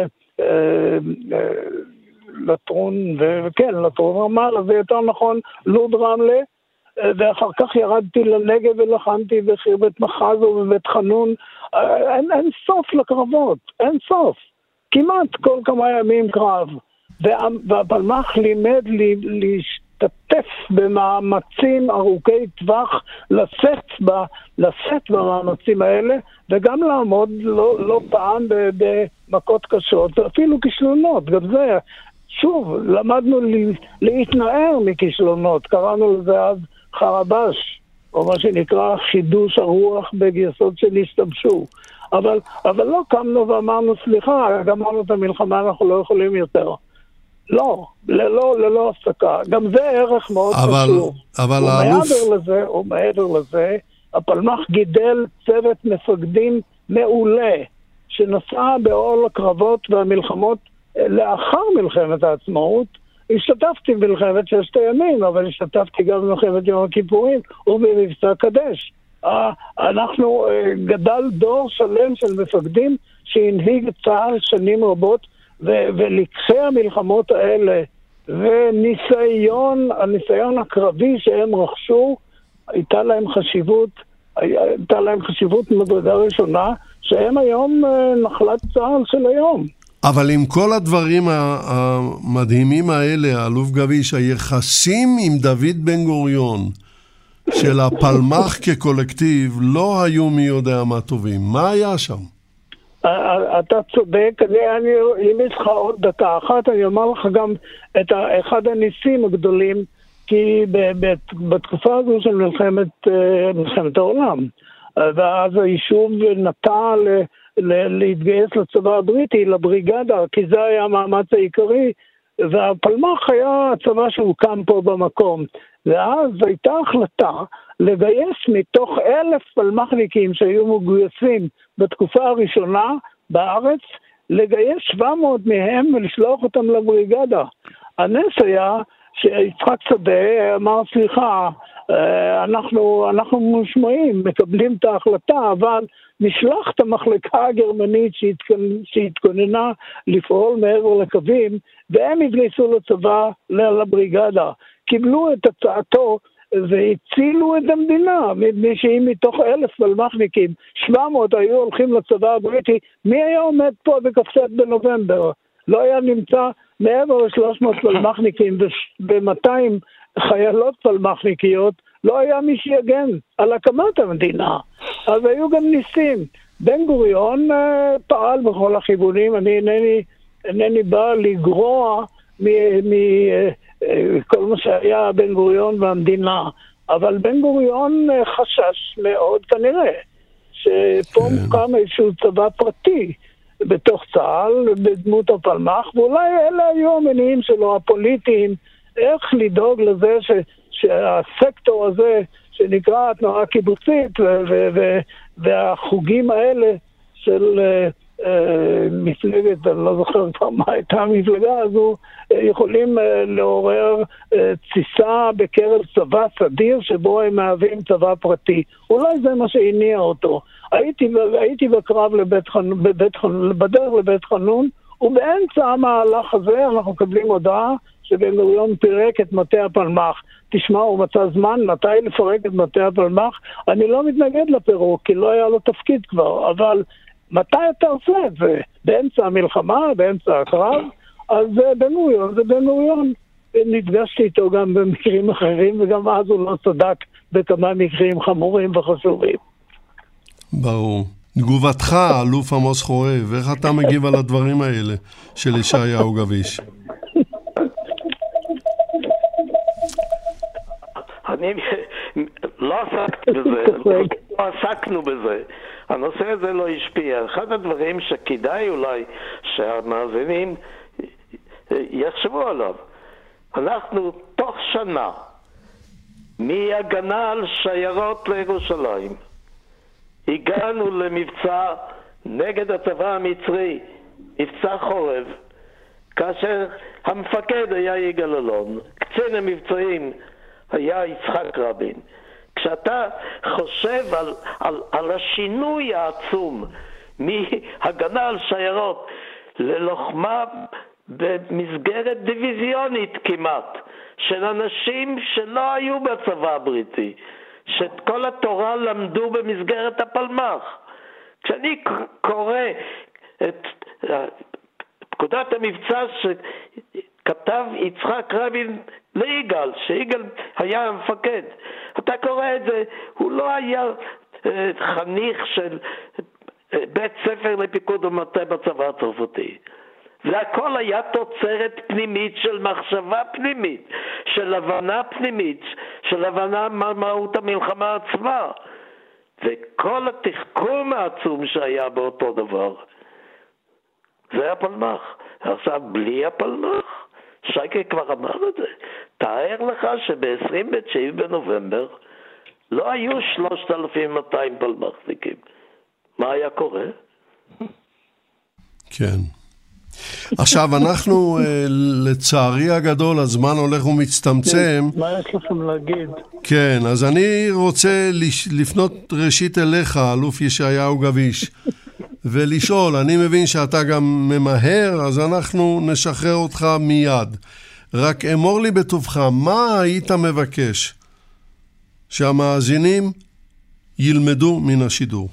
לטרון, וכן, לטרון רמאללה, זה יותר נכון, לוד רמלה, ואחר כך ירדתי לנגב ולחמתי בחירבת מחז ובבית חנון. אין, אין סוף לקרבות, אין סוף. כמעט כל כמה ימים קרב. והפלמ"ח לימד לי להשתתף במאמצים ארוכי טווח, לשאת, ב, לשאת במאמצים האלה, וגם לעמוד לא, לא פעם במכות קשות, אפילו כישלונות. גם זה, שוב, למדנו להתנער מכישלונות, קראנו לזה אז חרבש, או מה שנקרא חידוש הרוח בגייסות שנשתמשו. אבל, אבל לא קמנו ואמרנו, סליחה, גמרנו את המלחמה, אנחנו לא יכולים יותר. לא, ללא, ללא הפסקה. גם זה ערך מאוד אבל, חשוב. אבל ומעבר האלוף... לזה, ומעבר לזה, הפלמ"ח גידל צוות מפקדים מעולה, שנסע בעול הקרבות והמלחמות לאחר מלחמת העצמאות. השתתפתי במלחמת ששת הימים, אבל השתתפתי גם במלחמת יום הכיפורים ובמבצע קדש. אנחנו גדל דור שלם של מפקדים שהנהיג את צה"ל שנים רבות, ולקחי המלחמות האלה וניסיון, הניסיון הקרבי שהם רכשו, הייתה להם חשיבות, הייתה להם חשיבות מדרגה ראשונה, שהם היום נחלת צה"ל של היום. אבל עם כל הדברים המדהימים האלה, אלוף גביש, היחסים עם דוד בן גוריון של הפלמ"ח כקולקטיב לא היו מי יודע מה טובים. מה היה שם? אתה צודק, אני, אם יש לך עוד דקה אחת, אני אומר לך גם את אחד הניסים הגדולים, כי בתקופה הזו של מלחמת, מלחמת העולם, ואז היישוב נטע להתגייס לצבא הבריטי, לבריגדה, כי זה היה המאמץ העיקרי, והפלמ"ח היה הצבא שהוקם פה במקום. ואז הייתה החלטה לגייס מתוך אלף פלמחניקים שהיו מגויסים בתקופה הראשונה בארץ, לגייס שבע מאות מהם ולשלוח אותם לבריגדה. הנס היה שיצחק שדה אמר, סליחה, אנחנו, אנחנו מושמעים, מקבלים את ההחלטה, אבל נשלח את המחלקה הגרמנית שהתכוננה לפעול מעבר לקווים, והם התגייסו לצבא, לבריגדה. קיבלו את הצעתו והצילו את המדינה, מפני שאם מתוך אלף פלמחניקים, שבע מאות היו הולכים לצבא הבריטי, מי היה עומד פה בכ"ט בנובמבר? לא היה נמצא מעבר ל-שלוש מאות פלמחניקים ו-מאתיים חיילות פלמחניקיות, לא היה מי שיגן על הקמת המדינה. אז היו גם ניסים. בן גוריון uh, פעל בכל הכיוונים, אני אינני, אינני בא לגרוע מכל uh, מה שהיה בן גוריון והמדינה, אבל בן גוריון uh, חשש מאוד כנראה, שפה מוקם איזשהו צבא פרטי בתוך צה"ל, בדמות הפלמ"ח, ואולי אלה היו המניעים שלו, הפוליטיים, איך לדאוג לזה ש, שהסקטור הזה, שנקרא התנועה הקיבוצית, ו- ו- ו- והחוגים האלה של uh, uh, מפלגת, אני לא זוכר כבר מה הייתה המפלגה הזו, uh, יכולים uh, לעורר uh, תסיסה בקרב צבא סדיר, שבו הם מהווים צבא פרטי. אולי זה מה שהניע אותו. הייתי, הייתי בקרב לבית חנון, בבית חנון, בדרך לבית חנון, ובאמצע המהלך הזה אנחנו מקבלים הודעה שבן גוריון פירק את מטה הפלמ"ח. תשמע, הוא מצא זמן מתי לפרק את מטה הפלמ"ח. אני לא מתנגד לפירוק, כי לא היה לו תפקיד כבר, אבל מתי אתה עושה את זה? באמצע המלחמה, באמצע הקרב? אז בן גוריון זה בן גוריון. נפגשתי איתו גם במקרים אחרים, וגם אז הוא לא צדק בכמה מקרים חמורים וחשובים. ברור. תגובתך, אלוף עמוס חורב, איך אתה מגיב על הדברים האלה של ישעיהו גביש? אני לא עסקתי בזה, לא עסקנו בזה. הנושא הזה לא השפיע. אחד הדברים שכדאי אולי שהמאזינים יחשבו עליו, אנחנו תוך שנה מהגנה על שיירות לירושלים הגענו למבצע נגד הצבא המצרי, מבצע חורב, כאשר המפקד היה יגאל אלון, קצין המבצעים היה יצחק רבין. כשאתה חושב על, על, על השינוי העצום מהגנה על שיירות ללוחמה במסגרת דיוויזיונית כמעט, של אנשים שלא היו בצבא הבריטי, שאת כל התורה למדו במסגרת הפלמ"ח. כשאני קורא את פקודת המבצע שכתב יצחק רבין ליגאל, שיגאל היה המפקד, אתה קורא את זה, הוא לא היה חניך של בית ספר לפיקוד ומטה בצבא הצרפתי. והכל היה תוצרת פנימית של מחשבה פנימית, של הבנה פנימית, של הבנה מה מהות המלחמה עצמה. וכל התחכום העצום שהיה באותו דבר, זה הפלמ"ח. עכשיו, בלי הפלמ"ח, שייקה כבר אמר את זה. תאר לך שב-עשרים ותשעה בנובמבר לא היו שלושת אלפים ומאתיים פלמ"חניקים. מה היה קורה? כן. עכשיו אנחנו, לצערי הגדול, הזמן הולך ומצטמצם. מה יש לכם להגיד? כן, אז אני רוצה לפנות ראשית אליך, אלוף ישעיהו גביש, ולשאול, אני מבין שאתה גם ממהר, אז אנחנו נשחרר אותך מיד. רק אמור לי בטובך, מה היית מבקש שהמאזינים ילמדו מן השידור?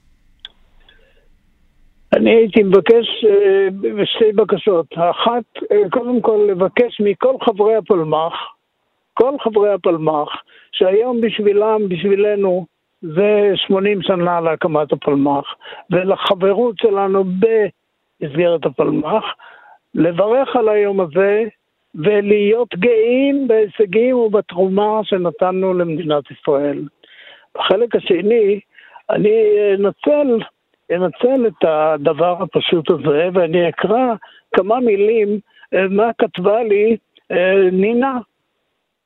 אני הייתי מבקש בשתי בקשות. האחת, קודם כל לבקש מכל חברי הפלמ"ח, כל חברי הפלמ"ח, שהיום בשבילם, בשבילנו, זה שמונים שנה להקמת הפלמ"ח, ולחברות שלנו במסגרת הפלמ"ח, לברך על היום הזה, ולהיות גאים בהישגים ובתרומה שנתנו למדינת ישראל. בחלק השני, אני אנצל... אנצל את הדבר הפשוט הזה, ואני אקרא כמה מילים מה כתבה לי נינה.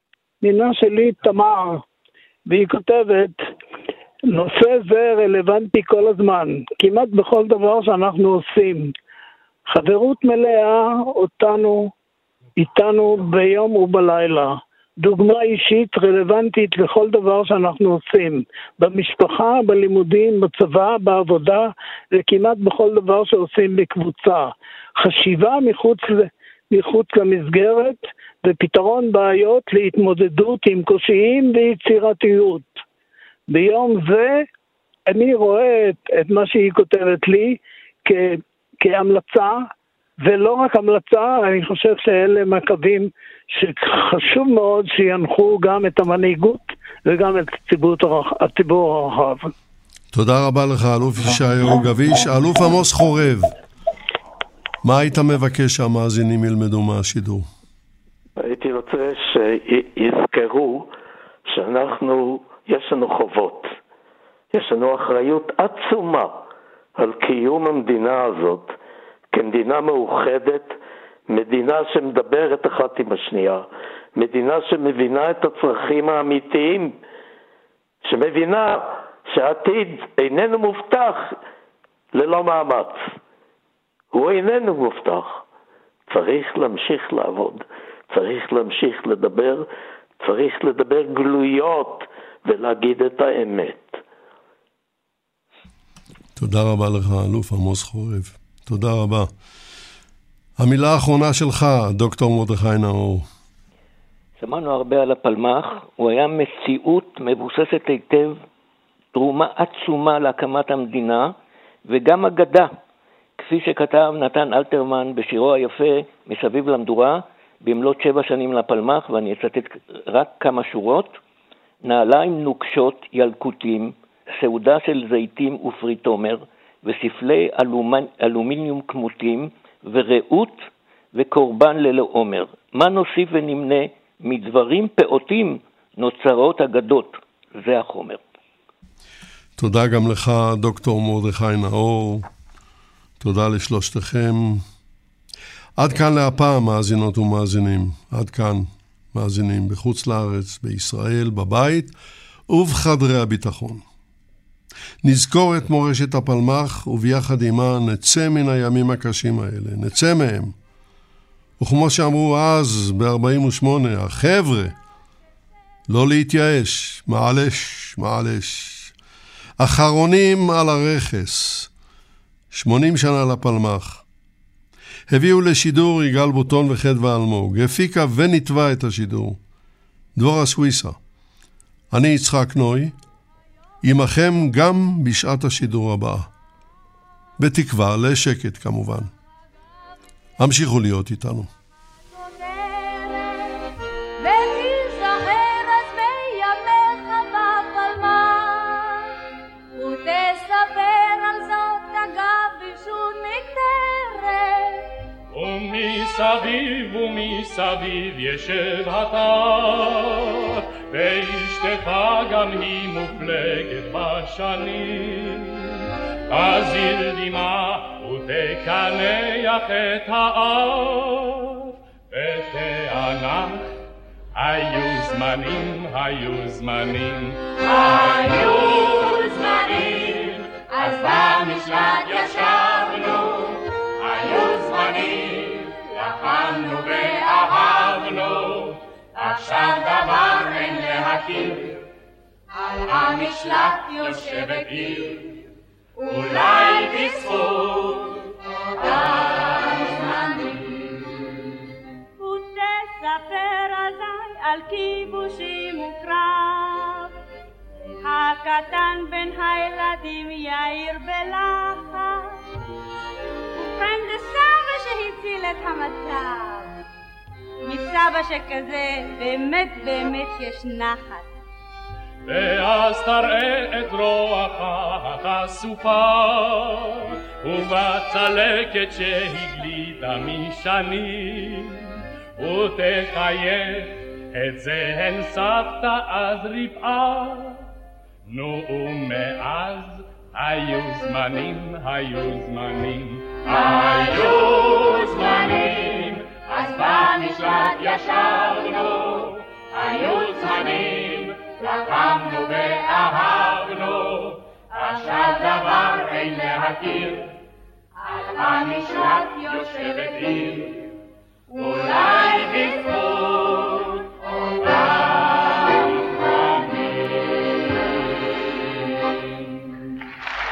נינה שלי תמר, והיא כותבת, נושא זה רלוונטי כל הזמן, כמעט בכל דבר שאנחנו עושים. חברות מלאה אותנו, איתנו ביום ובלילה. דוגמה אישית רלוונטית לכל דבר שאנחנו עושים. במשפחה, בלימודים, בצבא, בעבודה, וכמעט בכל דבר שעושים בקבוצה. חשיבה מחוץ, מחוץ למסגרת, ופתרון בעיות להתמודדות עם קושיים ויצירתיות. ביום זה אני רואה את, את מה שהיא כותבת לי כ, כהמלצה, ולא רק המלצה, אני חושב שאלה מקווים שחשוב מאוד שינחו גם את המנהיגות וגם את הציבור, הציבור הרחב. תודה רבה לך, אלוף ישעיהו גביש. אלוף עמוס חורב, מה היית מבקש שהמאזינים ילמדו מהשידור? הייתי רוצה שיזכרו שאנחנו, יש לנו חובות, יש לנו אחריות עצומה על קיום המדינה הזאת, כמדינה מאוחדת, מדינה שמדברת אחת עם השנייה, מדינה שמבינה את הצרכים האמיתיים, שמבינה שהעתיד איננו מובטח ללא מאמץ. הוא איננו מובטח. צריך להמשיך לעבוד, צריך להמשיך לדבר, צריך לדבר גלויות ולהגיד את האמת. תודה רבה לך, אלוף עמוס חורב. תודה רבה. המילה האחרונה שלך, דוקטור מרדכי נאור. שמענו הרבה על הפלמ"ח, הוא היה מציאות מבוססת היטב, תרומה עצומה להקמת המדינה, וגם אגדה, כפי שכתב נתן אלתרמן בשירו היפה מסביב למדורה, במלאת שבע שנים לפלמ"ח, ואני אצטט רק כמה שורות. נעליים נוקשות ילקוטים, סעודה של זיתים ופרי תומר, וספלי אלומנ... אלומיניום כמותים, ורעות וקורבן ללא עומר. מה נוסיף ונמנה? מדברים פעוטים נוצרות אגדות. זה החומר. תודה גם לך, דוקטור מרדכי נאור. תודה לשלושתכם. עד כאן להפעם, מאזינות ומאזינים. עד כאן, מאזינים בחוץ לארץ, בישראל, בבית ובחדרי הביטחון. נזכור את מורשת הפלמ"ח, וביחד עמה נצא מן הימים הקשים האלה. נצא מהם. וכמו שאמרו אז, ב-ארבעים ושמונה, החבר'ה, לא להתייאש, מעלש, מעלש. אחרונים על הרכס. שמונים שנה לפלמ"ח. הביאו לשידור יגאל בוטון וחדווה אלמוג. הפיקה ונטבע את השידור דבורה סוויסה. אני יצחק נוי, עמכם גם בשעת השידור הבאה. בתקווה לשקט כמובן. המשיכו להיות איתנו. ומסביב ומסביב ישב התר, ואשתך גם היא מופלגת בשנים. תזיל דמעה ותקנח את האף, ותענך היו זמנים, היו זמנים, היו זמנים, אז במשלט ישבנו, היו זמנים, לחמנו ואהבנו, עכשיו דבר אין להכיר, על המשלט יושבת עיר, אולי בזכות אותם זמנים. ותספר אזי על כיבושים וקרב, הקטן בין הילדים יאיר בלחץ, ובכן זה סבא שהציל את המצב. מסבא שכזה באמת באמת יש נחת. ואז תראה את רוחך החשופה, ובצלקת שהגלידה משנים, ותחייך את זה הן סבתא אז רפאה. נו ומאז היו זמנים, היו זמנים, היו זמנים, אז במשלט ישבנו, היו זמנים, לחמנו ואהבנו, עכשיו דבר אין להכיר, על המשלט יושבת עיר, אולי בזכות אותם חמים.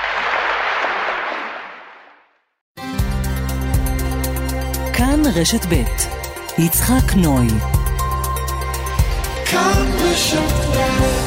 כאן רשת ב' יצחק נוי. כאן רשת ב'.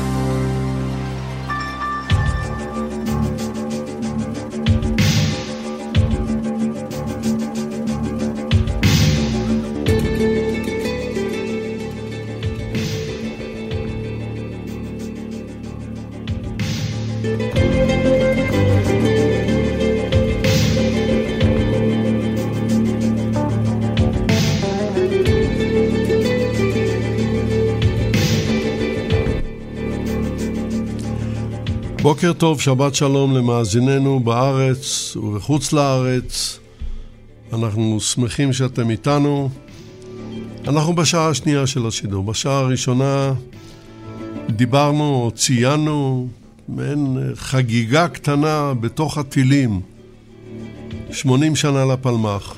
בוקר טוב, שבת שלום למאזיננו בארץ ובחוץ לארץ. אנחנו שמחים שאתם איתנו. אנחנו בשעה השנייה של השידור. בשעה הראשונה דיברנו או ציינו מעין חגיגה קטנה בתוך הטילים. שמונים שנה לפלמ"ח.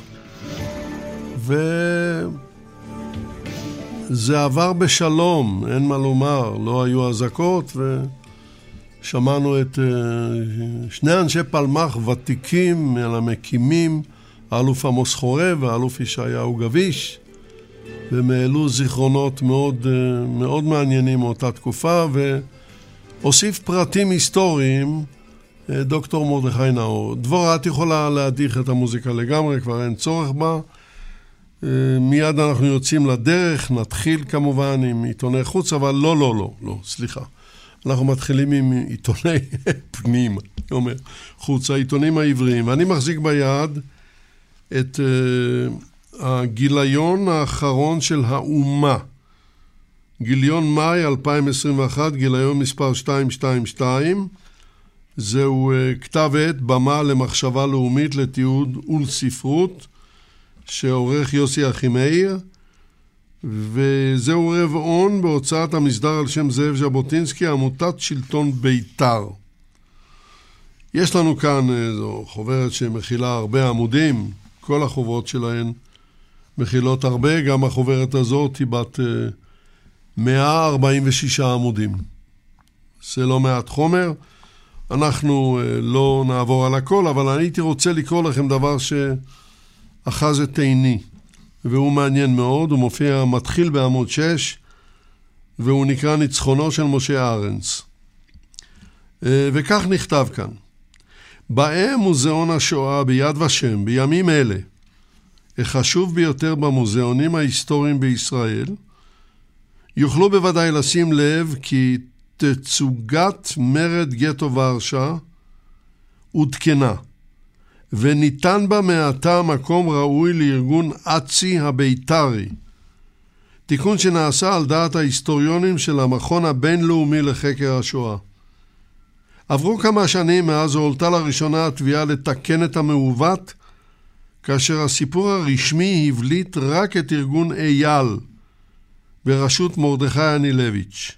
וזה עבר בשלום, אין מה לומר, לא היו אזעקות ו... שמענו את שני אנשי פלמ"ח ותיקים על המקימים, האלוף עמוס חורב והאלוף ישעיהו גביש, והם העלו זיכרונות מאוד, מאוד מעניינים מאותה תקופה, והוסיף פרטים היסטוריים דוקטור מרדכי נאור. דבורה, את יכולה להדיח את המוזיקה לגמרי, כבר אין צורך בה. מיד אנחנו יוצאים לדרך, נתחיל כמובן עם עיתוני חוץ, אבל לא, לא, לא, לא, סליחה. אנחנו מתחילים עם עיתוני פנים, אני אומר, חוץ העיתונים העבריים. ואני מחזיק ביד את uh, הגיליון האחרון של האומה. גיליון מאי אלפיים עשרים ואחת, גיליון מספר שתיים שתיים שתיים. זהו uh, כתב עת במה למחשבה לאומית לתיעוד ולספרות, שעורך יוסי אחימאיר. וזהו רבעון בהוצאת המסדר על שם זאב ז'בוטינסקי, עמותת שלטון בית"ר. יש לנו כאן זו חוברת שמכילה הרבה עמודים, כל החוברות שלהן מכילות הרבה, גם החוברת הזאת היא בת מאה ארבעים ושישה עמודים. זה לא מעט חומר, אנחנו לא נעבור על הכל, אבל אני הייתי רוצה לקרוא לכם דבר שאחז את עיני. והוא מעניין מאוד, הוא מופיע, מתחיל בעמוד שש, והוא נקרא ניצחונו של משה ארנס. וכך נכתב כאן: באי מוזיאון השואה ביד ושם, בימים אלה, החשוב ביותר במוזיאונים ההיסטוריים בישראל, יוכלו בוודאי לשים לב כי תצוגת מרד גטו ורשה עודכנה, וניתן בה מעתה מקום ראוי לארגון אצי הבית"רי, תיקון שנעשה על דעת ההיסטוריונים של המכון הבינלאומי לחקר השואה. עברו כמה שנים מאז הועלתה לראשונה התביעה לתקן את המעוות, כאשר הסיפור הרשמי הבליט רק את ארגון אייל בראשות מרדכי אנילביץ'.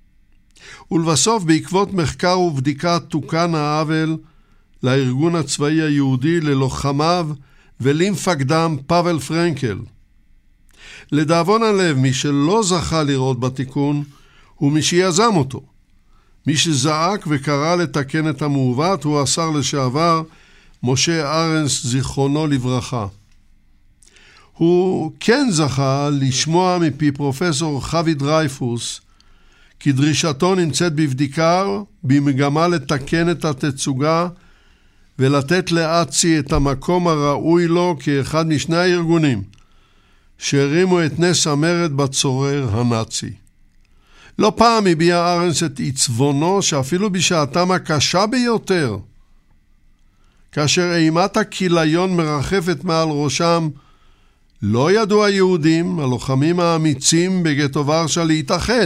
ולבסוף, בעקבות מחקר ובדיקה, תוקן העוול לארגון הצבאי היהודי, ללוחמיו ולמפקדם פאבל פרנקל. לדאבון הלב, מי שלא זכה לראות בתיקון הוא מי שיזם אותו. מי שזעק וקרא לתקן את המעוות הוא השר לשעבר משה ארנס זיכרונו לברכה. הוא כן זכה לשמוע מפי פרופסור חווי דרייפוס כי דרישתו נמצאת בבדיקה במגמה לתקן את התצוגה ולתת לאצי את המקום הראוי לו כאחד משני הארגונים שהרימו את נס המרד בצורר הנאצי. לא פעם הביע ארנס את עצבונו שאפילו בשעתם הקשה ביותר, כאשר אימת הכיליון מרחפת מעל ראשם, לא ידעו היהודים, הלוחמים האמיצים בגטו ורשה, להתאחד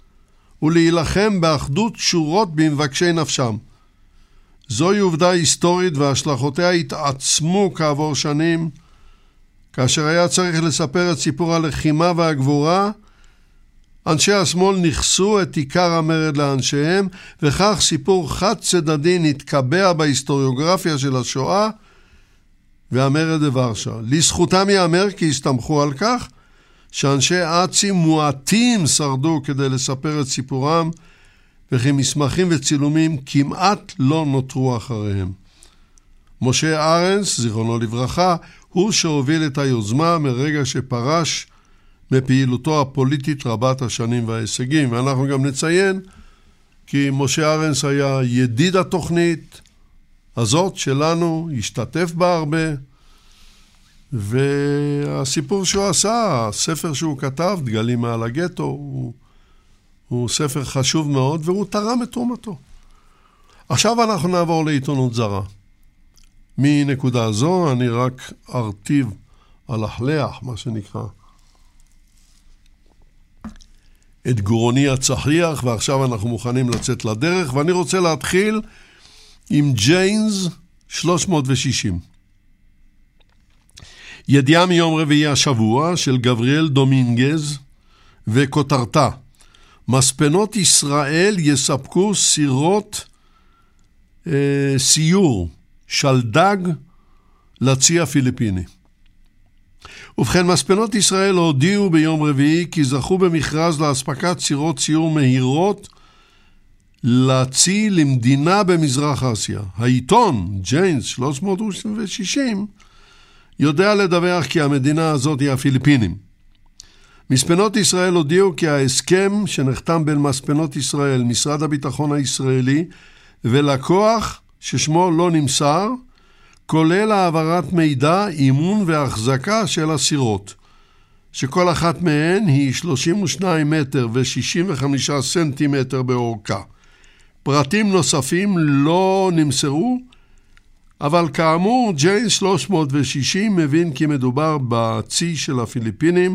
ולהילחם באחדות שורות במבקשי נפשם. זוהי עובדה היסטורית והשלכותיה התעצמו כעבור שנים, כאשר היה צריך לספר את סיפור הלחימה והגבורה, אנשי השמאל נכסו את עיקר המרד לאנשיהם, וכך סיפור חד צדדי נתקבע בהיסטוריוגרפיה של השואה והמרד בוורשה. לזכותם ייאמר כי הסתמכו על כך שאנשי אצ"י מועטים שרדו כדי לספר את סיפורם, וכי מסמכים וצילומים כמעט לא נותרו אחריהם. משה ארנס, זיכרונו לברכה, הוא שהוביל את היוזמה מרגע שפרש מפעילותו הפוליטית רבת השנים וההישגים. ואנחנו גם נציין כי משה ארנס היה ידיד התוכנית הזאת שלנו, השתתף בה הרבה, והסיפור שהוא עשה, הספר שהוא כתב, דגלים מעל הגטו, הוא, הוא ספר חשוב מאוד, והוא תרם את תרומתו. עכשיו אנחנו נעבור לעיתונות זרה. מנקודה זו אני רק ארטיב על החלח, מה שנקרא, את גורוני הצחיח, ועכשיו אנחנו מוכנים לצאת לדרך, ואני רוצה להתחיל עם ג'יינס שלוש מאות ושישים. ידיעה מיום רביעי השבוע של גבריאל דומינגז, וכותרתה, מספנות ישראל יספקו סירות אה, סיור שלדג לצי הפיליפיני. ובכן, מספנות ישראל הודיעו ביום רביעי כי זכו במכרז להספקת סירות סיור מהירות לצי למדינה במזרח אסיה. העיתון ג'יינס שלוש מאות ושישים יודע לדווח כי המדינה הזאת היא הפיליפינים. מספנות ישראל הודיעו כי ההסכם שנחתם בין מספנות ישראל, משרד הביטחון הישראלי, ולקוח ששמו לא נמסר, כולל העברת מידע, אימון והחזקה של הסירות, שכל אחת מהן היא שלושים ושניים מטר ו-שישים וחמישה סנטימטר באורכה. פרטים נוספים לא נמסרו, אבל כאמור, ג'יינס שלוש מאות ושישים מבין כי מדובר בצי של הפיליפינים,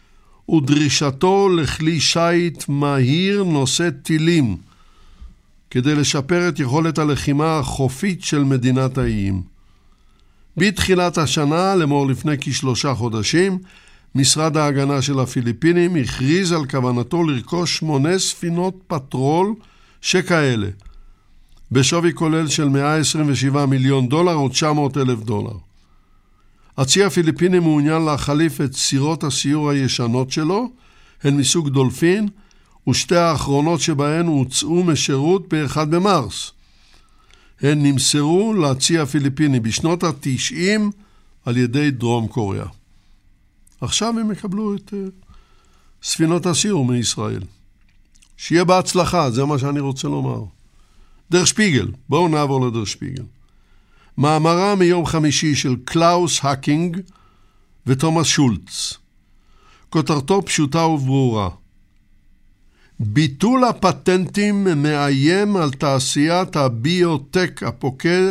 ודרישתו לכלי שייט מהיר נושא טילים, כדי לשפר את יכולת הלחימה החופית של מדינת האיים. בתחילת השנה, למור לפני כשלושה חודשים, משרד ההגנה של הפיליפינים הכריז על כוונתו לרכוש שמונה ספינות פטרול שכאלה, בשווי כולל של מאה עשרים ושבעה מיליון דולר או תשע מאות אלף דולר. הצי הפיליפיני מעוניין להחליף את סירות הסיור הישנות שלו, הן מסוג דולפין, ושתי האחרונות שבהן הוצאו משירות ב-אחד במרס. הן נמסרו לצי הפיליפיני בשנות ה-תשעים על ידי דרום קוריאה. עכשיו הם יקבלו את uh, ספינות הסיור מישראל. שיהיה בהצלחה, זה מה שאני רוצה לומר. דר שפיגל, בואו נעבור לדר שפיגל. מאמרה מיום חמישי של קלאוס הקינג ותומאס שולץ. כותרתו פשוטה וברורה. ביטול הפטנטים מאיים על תעשיית הביוטק הפוקד,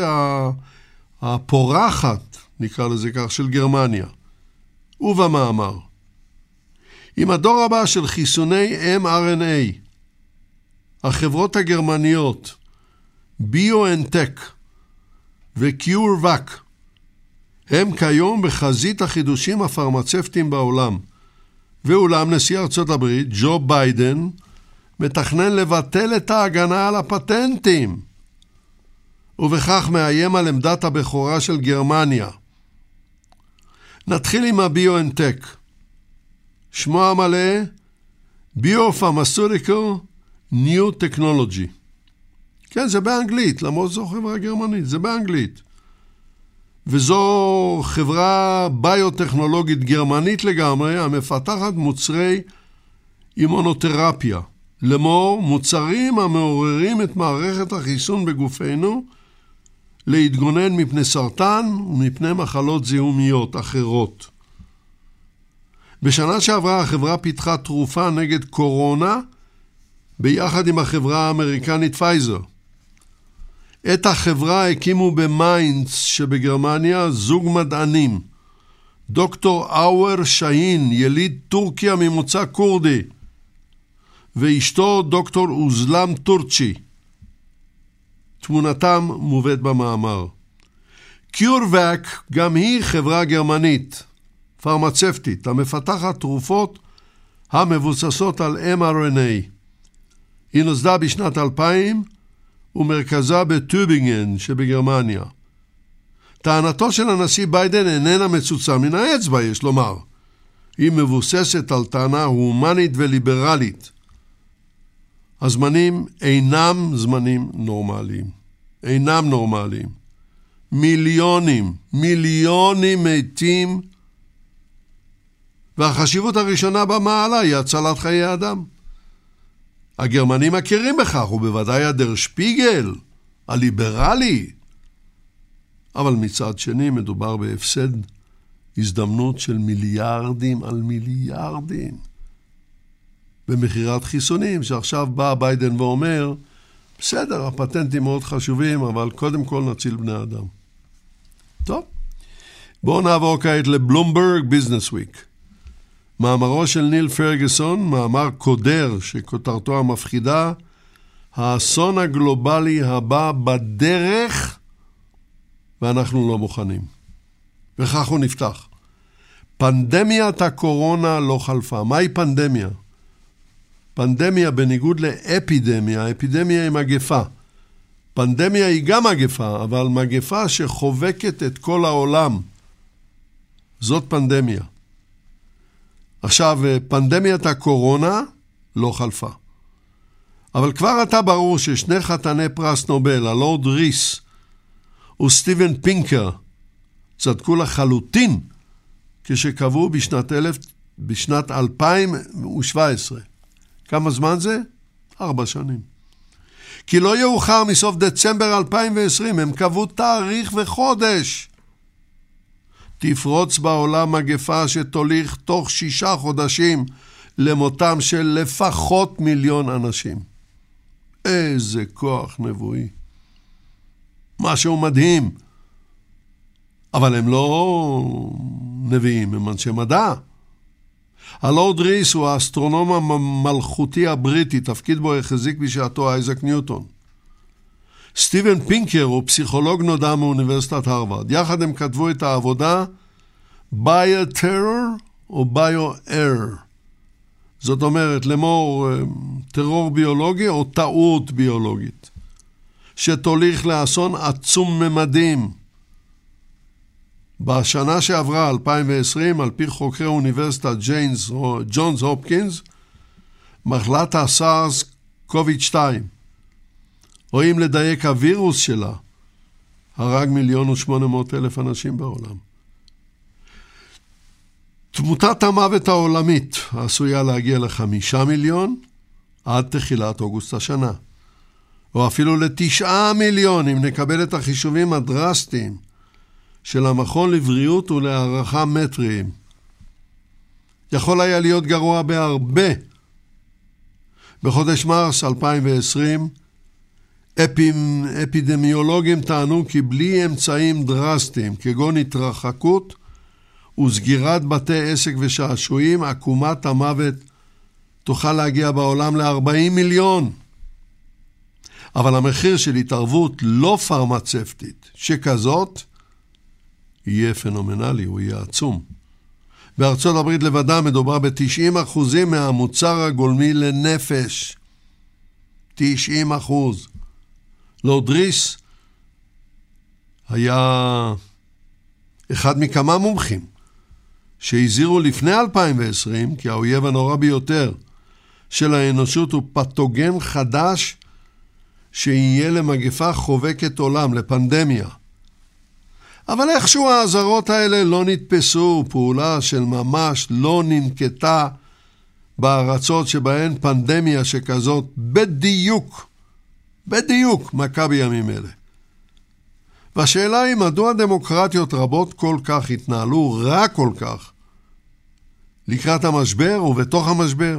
הפורחת, נקרא לזה כך, של גרמניה. ובמאמר, עם הדור הבא של חיסוני אם אר אן איי, החברות הגרמניות ביו-אנטק וקיורבק הם כיום בחזית החידושים הפרמצפטיים בעולם, ואולם נשיא ארצות הברית, ג'ו ביידן, מתכנן לבטל את ההגנה על הפטנטים, ובכך מאיים על עמדת הבכורה של גרמניה. נתחיל עם הביו-אנטק. שמו המלא, Biopharmaceutical New Technology. כן, זה באנגלית, למרות זו חברה גרמנית, זה באנגלית. וזו חברה ביוטכנולוגית גרמנית לגמרי, המפתחת מוצרי אימונותרפיה. למור, מוצרים המעוררים את מערכת החיסון בגופנו, להתגונן מפני סרטן ומפני מחלות זיהומיות אחרות. בשנה שעברה החברה פיתחה תרופה נגד קורונה, ביחד עם החברה האמריקנית פייזר. את החברה הקימו במיינץ שבגרמניה זוג מדענים, דוקטור אאואר שאהין, יליד טורקיה ממוצא קורדי, ואשתו דוקטור אוזלם טורצ'י. תמונתם מובאת במאמר. קיורבק גם היא חברה גרמנית, פרמצפטית, המפתחת תרופות המבוססות על אם אר אן איי. היא נוסדה בשנת אלפיים ומרכזה בטובינגן שבגרמניה. טענתו של הנשיא ביידן איננה מצוצה מן האצבע, יש לומר. היא מבוססת על טענה הומנית וליברלית. הזמנים אינם זמנים נורמליים. אינם נורמליים. מיליונים, מיליונים מתים, והחשיבות הראשונה במעלה היא הצלת חיי אדם. הגרמנים מכירים בכך, ובוודאי הדר שפיגל, הליברלי. אבל מצד שני מדובר בהפסד הזדמנות של מיליארדים על מיליארדים. במחירת חיסונים, שעכשיו בא ביידן ואומר, בסדר, הפטנטים מאוד חשובים, אבל קודם כל נציל בני אדם. טוב, בואו נעבור כעת לבלומברג ביזנס וויק. מאמרו של ניל פרגוסון, מאמר קודר שכותרתו המפחידה, האסון הגלובלי הבא בדרך ואנחנו לא מוכנים. וכך הוא נפתח. פנדמיית הקורונה לא חלפה. מהי פנדמיה? פנדמיה בניגוד לאפידמיה, אפידמיה היא מגפה. פנדמיה היא גם מגפה, אבל מגפה שחובקת את כל העולם. זאת פנדמיה. עכשיו, פנדמיית הקורונה לא חלפה. אבל כבר עתה ברור ששני חתני פרס נובל, הלורד ריס וסטיבן פינקר, צדקו לחלוטין כשקבעו בשנת, אלף, בשנת אלפיים ושבע עשרה. כמה זמן זה? ארבע שנים. כי לא יאוחר מסוף דצמבר אלפיים ועשרים, הם קבעו תאריך וחודש. תפרוץ בעולם מגפה שתוליך תוך שישה חודשים למותם של לפחות מיליון אנשים. איזה כוח נבואי. משהו מדהים. אבל הם לא נביאים, הם אנשי מדע. הלורד ריס הוא האסטרונום המלכותי הבריטי, תפקיד בו החזיק בשעתו אייזק ניוטון. סטיבן פינקר הוא פסיכולוג נודע מאוניברסיטת הרווארד. יחד הם כתבו את העבודה ביו-טרור או ביו-אר. זאת אומרת, למור טרור ביולוגי או טעות ביולוגית, שתוליך לאסון עצום ממדים. בשנה שעברה, אלפיים ועשרים, על פי חוקרי אוניברסיטת ג'יינס, ג'ונס הופקינס, מחלת הסארס קוביד שתיים, או אם לדייק הווירוס שלה, הרג מיליון ושמונה מאות אלף אנשים בעולם. תמותת המוות העולמית עשויה להגיע לחמישה מיליון עד תחילת אוגוסט השנה, או אפילו לתשעה מיליון אם נקבל את החישובים הדרסטיים של המכון לבריאות ולהערכה מטריים. יכול היה להיות גרוע בהרבה. בחודש מרס אלפיים ועשרים, אפימ, אפידמיולוגים טענו כי בלי אמצעים דרסטיים, כגון התרחקות וסגירת בתי עסק ושעשועים, עקומת המוות תוכל להגיע בעולם ל-ארבעים מיליון. אבל המחיר של התערבות לא פרמצפטית שכזאת יהיה פנומנלי, הוא יהיה עצום. בארצות הברית לבדה מדובר ב-תשעים אחוזים מהמוצר הגולמי לנפש. תשעים אחוז. לורד ריס היה אחד מכמה מומחים שהזהירו לפני אלפיים ועשרים כי האויב הנורא ביותר של האנושות הוא פתוגן חדש שיהיה למגפה חובקת עולם, לפנדמיה. אבל איכשהו האזהרות האלה לא נתפסו, פעולה של ממש לא ננקטה בארצות שבהן פנדמיה שכזאת בדיוק, בדיוק מכה בימים אלה. והשאלה היא מדוע דמוקרטיות רבות כל כך התנהלו רק כל כך לקראת המשבר ובתוך המשבר.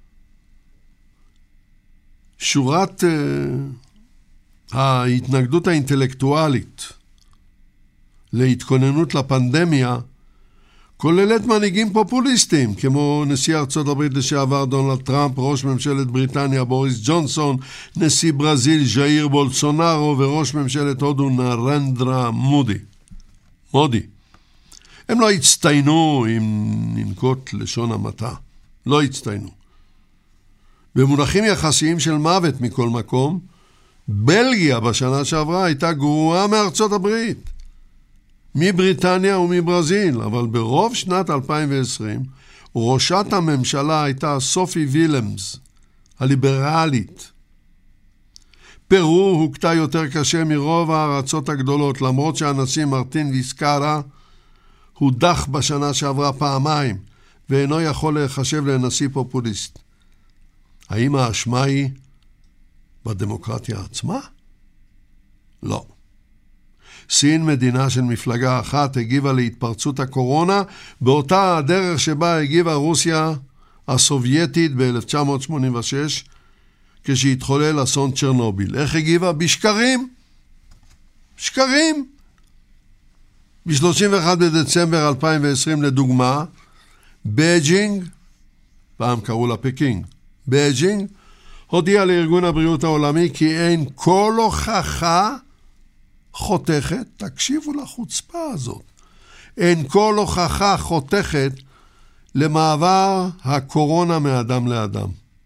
שורת uh, ההתנגדות האינטלקטואלית להתכוננות לפנדמיה כוללת מנהיגים פופוליסטיים כמו נשיא ארצות הברית לשעבר דונלד טראמפ, ראש ממשלת בריטניה בוריס ג'ונסון, נשיא ברזיל ז'איר בולסונארו וראש ממשלת הודו נרנדרה מודי. מודי. הם לא הצטיינו אם ננקוט לשון המעטה. לא הצטיינו. במונחים יחסיים של מוות מכל מקום, בלגיה בשנה שעברה הייתה גרועה מארצות הברית, מבריטניה ומברזיל, אבל ברוב שנת אלפיים ועשרים, ראשת הממשלה הייתה סופי וילמס, הליברלית. פרו הוקטה יותר קשה מרוב הארצות הגדולות, למרות שהנשיא מרטין ויסקרה הודח בשנה שעברה פעמיים, ואינו יכול להיחשב לנשיא פופוליסט. האם האשמה היא בדמוקרטיה עצמה? לא. סין, מדינה של מפלגה אחת, הגיבה להתפרצות הקורונה באותה הדרך שבה הגיבה רוסיה הסובייטית ב-אלף תשע מאות שמונים ושש, כשהתחולל אסון צ'רנוביל. איך הגיבה? בשקרים. שקרים. ב-שלושים ואחד בדצמבר אלפיים ועשרים לדוגמה, בייג'ינג, פעם קראו לה פקינג, בייג'ינג, הודיע לארגון הבריאות העולמי כי אין כל הוכחה חותכת, תקשיבו לחוצפה הזאת, אין כל הוכחה חותכת למעבר הקורונה מאדם לאדם.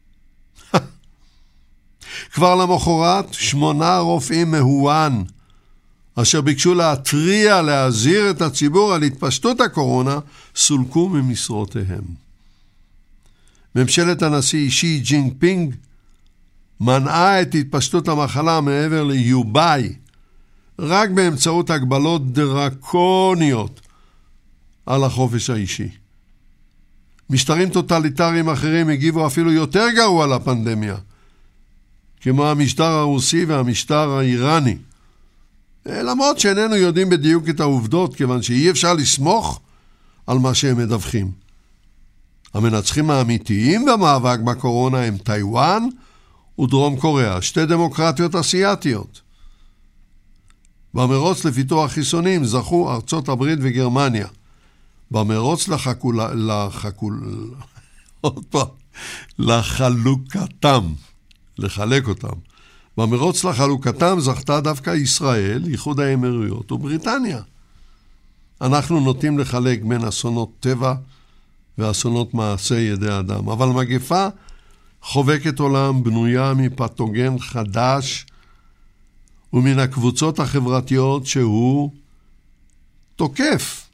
כבר למחרת שמונה רופאים מהואן, אשר ביקשו להתריע, להזהיר את הציבור על התפשטות הקורונה, סולקו ממשרותיהם. ממשלת הנשיא שי ג'ינפינג מנעה את התפשטות המחלה מעבר ליובאי, רק באמצעות הגבלות דרקוניות על החופש האישי. משטרים טוטליטריים אחרים הגיבו אפילו יותר גרוע לפנדמיה, כמו המשטר הרוסי והמשטר האיראני. למרות שאיננו יודעים בדיוק את העובדות, כיוון שאי אפשר לסמוך על מה שהם מדווחים. המנצחים האמיתיים במאבק בקורונה הם טיואן ודרום קוריאה, שתי דמוקרטיות אסיאתיות. במרוץ לפיתוח חיסונים זכו ארצות הברית וגרמניה. במרוץ לחקול... לחקול... עוד פעם, לחלוקתם, לחלק אותם. במרוץ לחלוקתם זכתה דווקא ישראל, איחוד האמירויות ובריטניה. אנחנו נוטים לחלק בין אסונות טבע ואסונות מעשה ידי אדם. אבל מגפה חובקת עולם, בנויה מפתוגן חדש ומן הקבוצות החברתיות שהוא תוקף.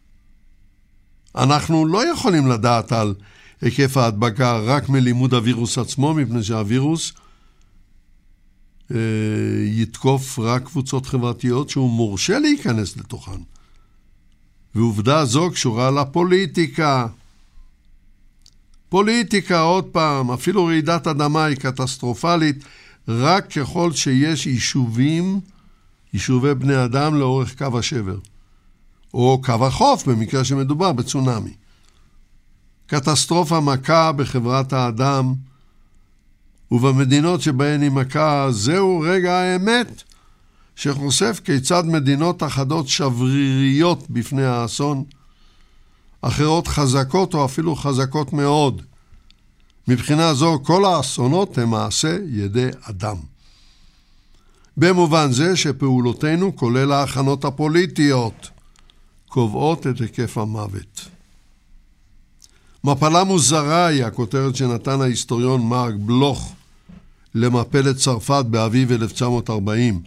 אנחנו לא יכולים לדעת על היקף ההדבקה רק מלימוד הווירוס עצמו, מפני שהווירוס אה, יתקוף רק קבוצות חברתיות שהוא מורשה להיכנס לתוכן. ועובדה זו קשורה לפוליטיקה. פוליטיקה, עוד פעם, אפילו רעידת אדמה היא קטסטרופלית, רק ככל שיש יישובים, יישובי בני אדם לאורך קו השבר, או קו החוף במקרה שמדובר בצונמי. קטסטרופה מכה בחברת האדם, ובמדינות שבהן היא מכה, זהו רגע האמת, שחושף כיצד מדינות אחדות שבריריות בפני האסון, אחרות חזקות או אפילו חזקות מאוד. מבחינה זו כל האסונות הם מעשה ידי אדם. במובן זה שפעולותינו, כולל ההכנות הפוליטיות, קובעות את היקף המוות. מפלה מוזרה היא הכותרת שנתן ההיסטוריון מרק בלוך למפלת צרפת באביב אלף תשע מאות ארבעים.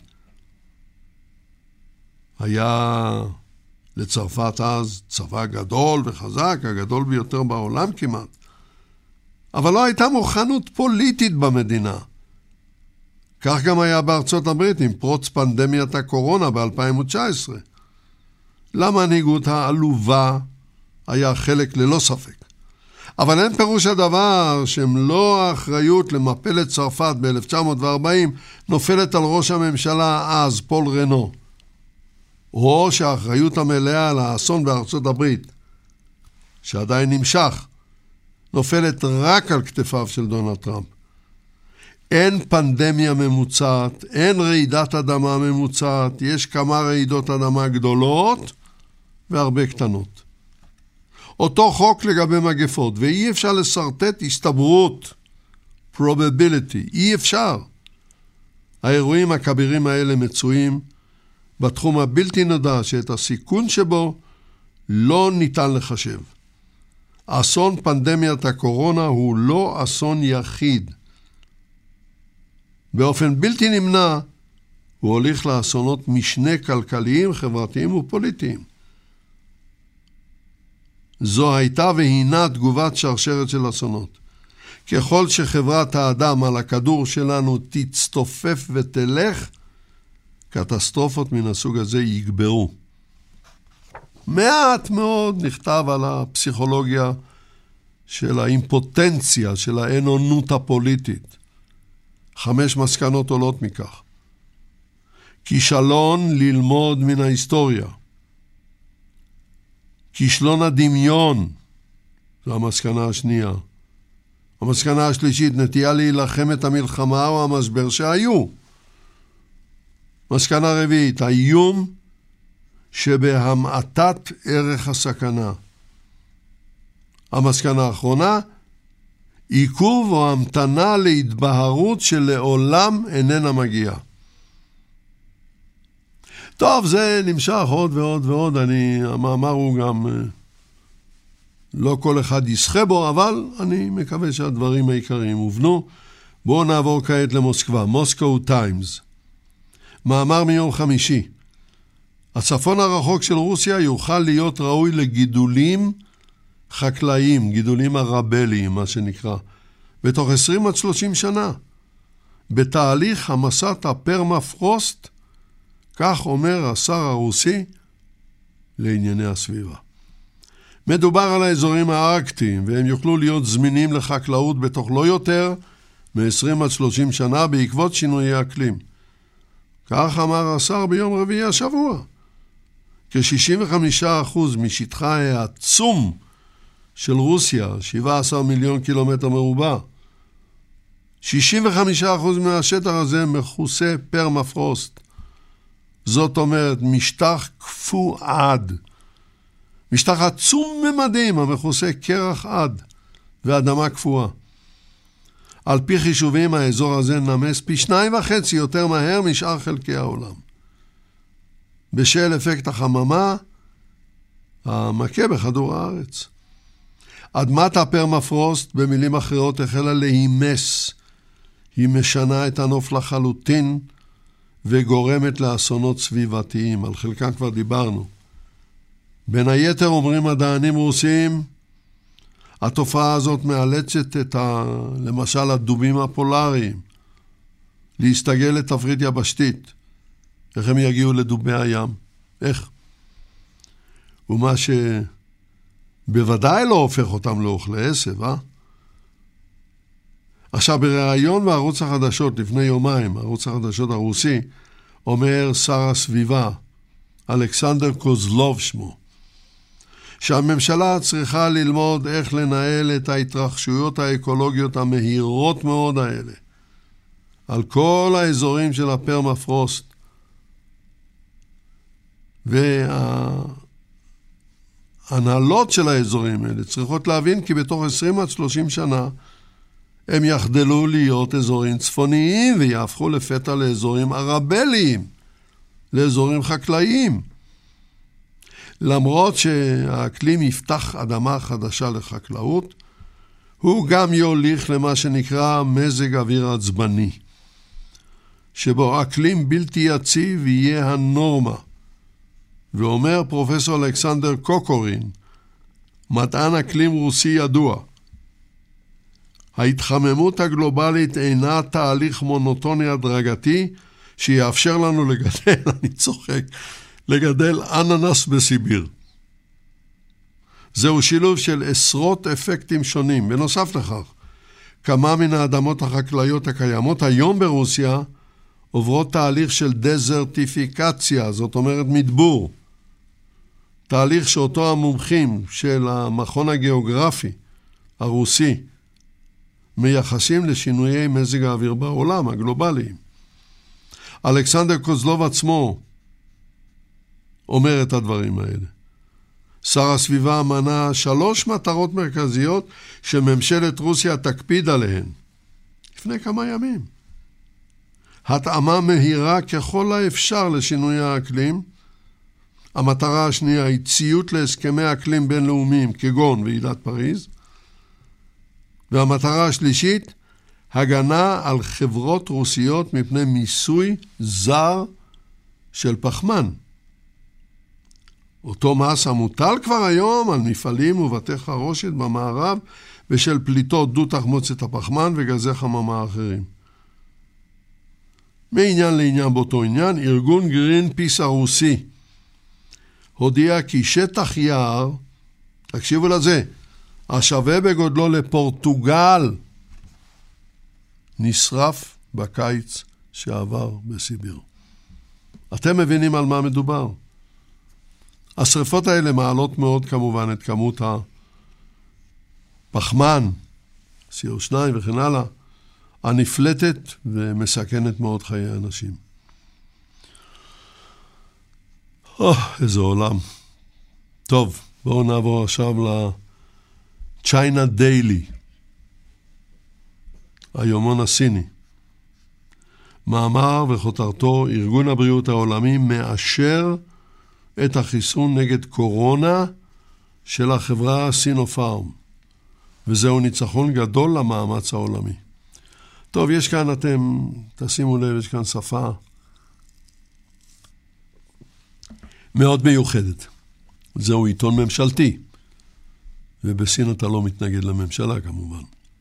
היה לצרפת אז צבא גדול וחזק, הגדול ביותר בעולם כמעט. אבל לא הייתה מוכנות פוליטית במדינה. כך גם היה בארצות הברית עם פרוץ פנדמיית הקורונה ב-אלפיים תשע עשרה. למנהיגות העלובה היה חלק ללא ספק. אבל אין פירוש הדבר שמלוא האחריות למפלת צרפת ב-אלף תשע מאות וארבעים נופלת על ראש הממשלה אז, פול רנו. או שהאחריות המלאה על האסון בארצות הברית, שעדיין נמשך, נופלת רק על כתפיו של דונלד טראמפ. אין פנדמיה ממוצעת, אין רעידת אדמה ממוצעת, יש כמה רעידות אדמה גדולות והרבה קטנות. אותו חוק לגבי מגפות, ואי אפשר לסרטט הסתברות, probability, אי אפשר. האירועים הכבירים האלה מצויים בתחום הבלתי נודע, שאת הסיכון שבו לא ניתן לחשב. אסון פנדמיית הקורונה הוא לא אסון יחיד. באופן בלתי נמנע, הוא הוליך לאסונות משנה כלכליים, חברתיים ופוליטיים. זו הייתה והינה תגובת שרשרת של אסונות. ככל שחברת האדם על הכדור שלנו תצטופף ותלך, קטסטרופות מן הסוג הזה יגברו. מעט מאוד נכתב על הפסיכולוגיה של האימפוטנציה, של האנונות הפוליטית. חמש מסקנות עולות מכך. כישלון ללמוד מן ההיסטוריה. כישלון הדמיון, זו המסקנה השנייה. המסקנה השלישית, נטייה להילחם את המלחמה או המשבר שהיו. מסקנה רביעית, האיום שבהמעטת ערך הסכנה. המסקנה האחרונה, עיכוב או המתנה להתבהרות שלעולם איננה מגיעה. טוב, זה נמשך עוד ועוד ועוד, אני, המאמר הוא גם, לא כל אחד ישחה בו, אבל אני מקווה שהדברים העיקריים הובנו. בואו נעבור כעת למוסקבה, מוסקו טיימס. מאמר מיום חמישי. הצפון הרחוק של רוסיה יוכל להיות ראוי לגידולים חקלאיים, גידולים הרבליים, מה שנקרא, בתוך עשרים עד שלושים שנה, בתהליך המסת הפרמפרוסט, כך אומר השר הרוסי לענייני הסביבה. מדובר על האזורים הארקטיים, והם יוכלו להיות זמינים לחקלאות בתוך לא יותר מ-עשרים עד שלושים שנה בעקבות שינויי אקלים. כך אמר השר ביום רביעי השבוע. כ-שישים וחמישה אחוז משטחה העצום של רוסיה, שבעה עשר מיליון קילומטר מרובע, שישים וחמישה אחוז מהשטח הזה מכוסה פרמפרוסט. זאת אומרת, משטח כפו עד. משטח עצום ממדים המכוסה קרח עד ואדמה כפואה. על פי חישובים, האזור הזה נמס פי שניים וחצי יותר מהר משאר חלקי העולם. בשל אפקט החממה, המכה בכדור הארץ. אדמת הפרמפרוסט, במילים אחרות, החלה להימס. היא משנה את הנוף לחלוטין, וגורמת לאסונות סביבתיים. על חלקם כבר דיברנו. בין היתר אומרים מדענים רוסיים, התופעה הזאת מאלצת את ה... למשל הדובים הפולריים להסתגל לתפריט יבשתית. איך הם יגיעו לדובי הים? איך? ומה שבוודאי לא הופך אותם לאוכלי עשב, אה? עכשיו, בריאיון בערוץ החדשות לפני יומיים, ערוץ החדשות הרוסי, אומר שר הסביבה, אלכסנדר קוזלוב שמו, שהממשלה צריכה ללמוד איך לנהל את ההתרחשויות האקולוגיות המהירות מאוד האלה, על כל האזורים של הפרמפרוסט, וההנהלות של האזורים האלה צריכות להבין כי בתוך עשרים עד שלושים שנה, הם יחדלו להיות אזורים צפוניים ויהפכו לפתע לאזורים ערבליים, לאזורים חקלאיים. למרות שהאקלים יפתח אדמה חדשה לחקלאות, הוא גם יוליך למה שנקרא מזג אוויר עצבני, שבו אקלים בלתי יציב יהיה הנורמה. ואומר פרופסור אלכסנדר קוקורין, מדען אקלים רוסי ידוע, ההתחממות הגלובלית אינה תהליך מונוטוני הדרגתי שיאפשר לנו לגדל, אני צוחק, לגדל אננס בסיביר. זהו שילוב של עשרות אפקטים שונים. בנוסף לכך, כמה מן האדמות החקלאיות הקיימות היום ברוסיה עוברות תהליך של דזרטיפיקציה, זאת אומרת מדבור. תהליך שאותו המומחים של המכון הגיאוגרפי הרוסי מייחסים לשינויי מזג האוויר בעולם הגלובליים. אלכסנדר קוזלוב עצמו אומר את הדברים האלה. שר הסביבה מנה שלוש מטרות מרכזיות שממשלת רוסיה תקפיד עליהן. לפני כמה ימים. התאמה מהירה ככל האפשר לשינוי האקלים, המטרה השנייה היא ציות להסכמי אקלים בינלאומיים כגון ועידת פריז. והמטרה השלישית, הגנה על חברות רוסיות מפני מיסוי זר של פחמן. אותו מס המוטל כבר היום על מפעלים ובתי חרושת במערב ושל פליטות דו תחמוצת הפחמן וגזי חממה אחרים. מעניין לעניין באותו עניין, ארגון גרין פיס הרוסי הודיע כי שטח יער, תקשיבו לזה, השווה בגודלו לפורטוגל, נשרף בקיץ שעבר בסיביר. אתם מבינים על מה מדובר? השריפות האלה מעלות מאוד כמובן את כמות הפחמן, סי או שתיים וכן הלאה, הנפלטת ומסכנת מאוד חיי אנשים. או, איזה עולם. טוב, בואו נעבור עכשיו ל-China Daily, היומון הסיני. מאמר וכותרתו, ארגון הבריאות העולמי מאשר את החיסון נגד קורונה של החברה סינופארם, וזהו ניצחון גדול למאמץ העולמי. טוב, יש כאן, אתם תשימו לב, יש כאן שפה מאוד מיוחדת. זהו עיתון ממשלתי, ובסין אתה לא מתנגד לממשלה כמובן.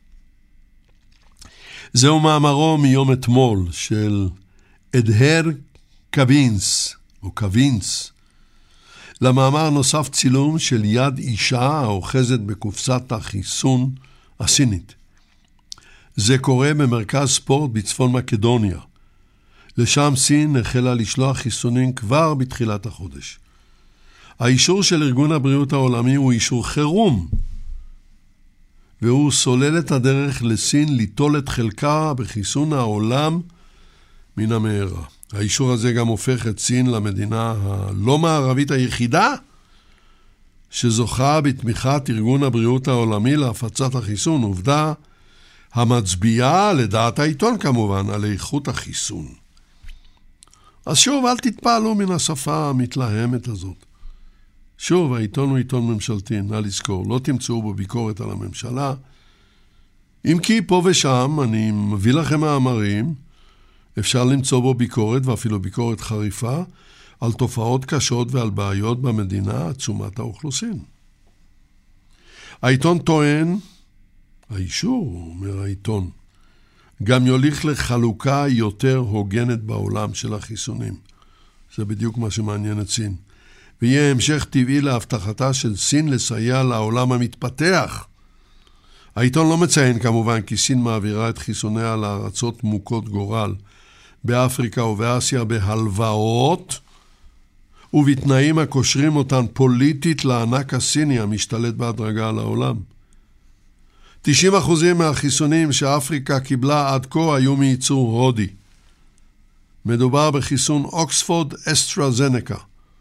זהו מאמרו מיום אתמול של אדהר קווינס, או קווינס. למאמר נוסף צילום של יד אישה האוחזת בקופסת החיסון הסינית. זה קורה במרכז ספורט בצפון מקדוניה. לשם סין החלה לשלוח חיסונים כבר בתחילת החודש. האישור של ארגון הבריאות העולמי הוא אישור חירום, והוא סולל את הדרך לסין ליטול את חלקה בחיסון העולם מן המהרה. האישור הזה גם הופך את סין למדינה הלא מערבית היחידה שזוכה בתמיכת ארגון הבריאות העולמי להפצת החיסון, עובדה המצביעה לדעת העיתון כמובן על איכות החיסון. אז שוב, אל תתפעלו מן השפה המתלהמת הזאת. שוב, העיתון הוא עיתון ממשלתי, נא לזכור, לא תמצאו בו ביקורת על הממשלה. אם כי פה ושם אני מביא לכם מאמרים, אפשר למצוא בו ביקורת ואפילו ביקורת חריפה על תופעות קשות ועל בעיות במדינה עצומת האוכלוסין. העיתון טוען, האישור, אומר העיתון, גם יוליך לחלוקה יותר הוגנת בעולם של החיסונים. זה בדיוק מה שמעניין את סין. ויהיה המשך טבעי להבטחתה של סין לסייע לעולם המתפתח. העיתון לא מציין כמובן כי סין מעבירה את חיסוניה לארצות מוכות גורל, באפריקה ובאסיה בהלוואות, ובתנאים הקושרים אותן פוליטית לענק הסיני המשתלט בהדרגה על העולם. תשעים אחוזים מהחיסונים שאפריקה קיבלה עד כה היו מייצור הודי. מדובר בחיסון אוקספורד אסטרהזניקה,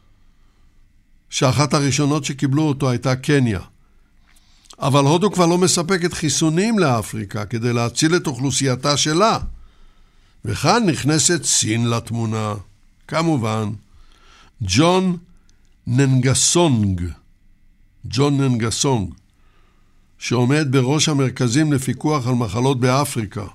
שאחת הראשונות שקיבלו אותו הייתה קניה. אבל הודו כבר לא מספקת חיסונים לאפריקה כדי להציל את אוכלוסייתה שלה. וכאן נכנסת סין לתמונה. כמובן, ג'ון ננגסונג, ג'ון ננגסונג, שעומד בראש המרכזים לפיקוח על מחלות באפריקה,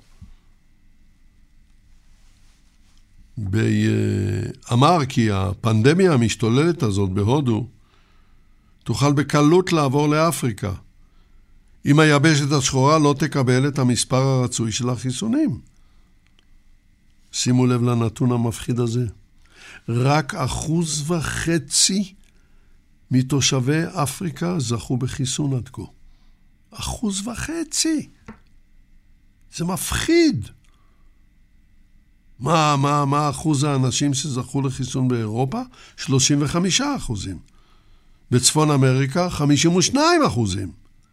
אמר כי הפנדמיה המשתוללת הזאת בהודו תוכל בקלות לעבור לאפריקה, אם היבשת השחורה לא תקבל את המספר הרצוי של החיסונים. שימו לב לנתון המפחיד הזה. רק אחוז וחצי מתושבי אפריקה זכו בחיסון עד כה. אחוז וחצי. זה מפחיד. מה, מה, מה אחוז האנשים שזכו לחיסון באירופה? שלושים וחמישה אחוזים. בצפון אמריקה, חמישים ושניים אחוזים.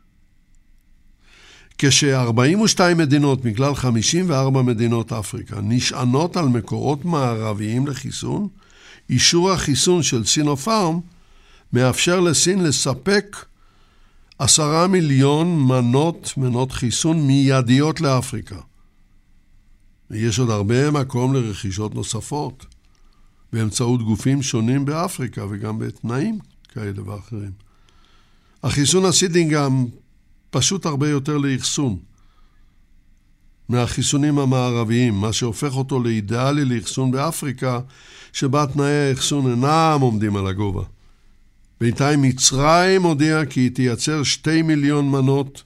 כש-ארבעים ושתיים מדינות מכלל חמישים וארבע מדינות אפריקה נשענות על מקורות מערביים לחיסון, אישור החיסון של סינופארם מאפשר לסין לספק עשרה מיליון מנות, מנות חיסון מיידיות לאפריקה. ויש עוד הרבה מקום לרכישות נוספות. באמצעות גופים שונים באפריקה וגם בתנאים כאלה ואחרים. החיסון הסיני גם פשוט הרבה יותר לאחסון מהחיסונים המערביים, מה שהופך אותו לאידיאלי לאחסון באפריקה, שבה תנאי האחסון אינם עומדים על הגובה. בינתיים מצרים הודיעה כי היא תייצר שתי מיליון מנות,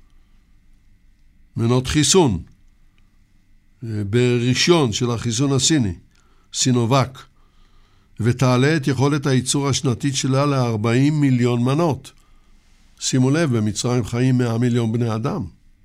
מנות חיסון, בראשון של החיסון הסיני, סינובק, ותעלה את יכולת הייצור השנתית שלה ל-ארבעים מיליון מנות. שימו לב, במצרים חיים מאה מיליון בני אדם.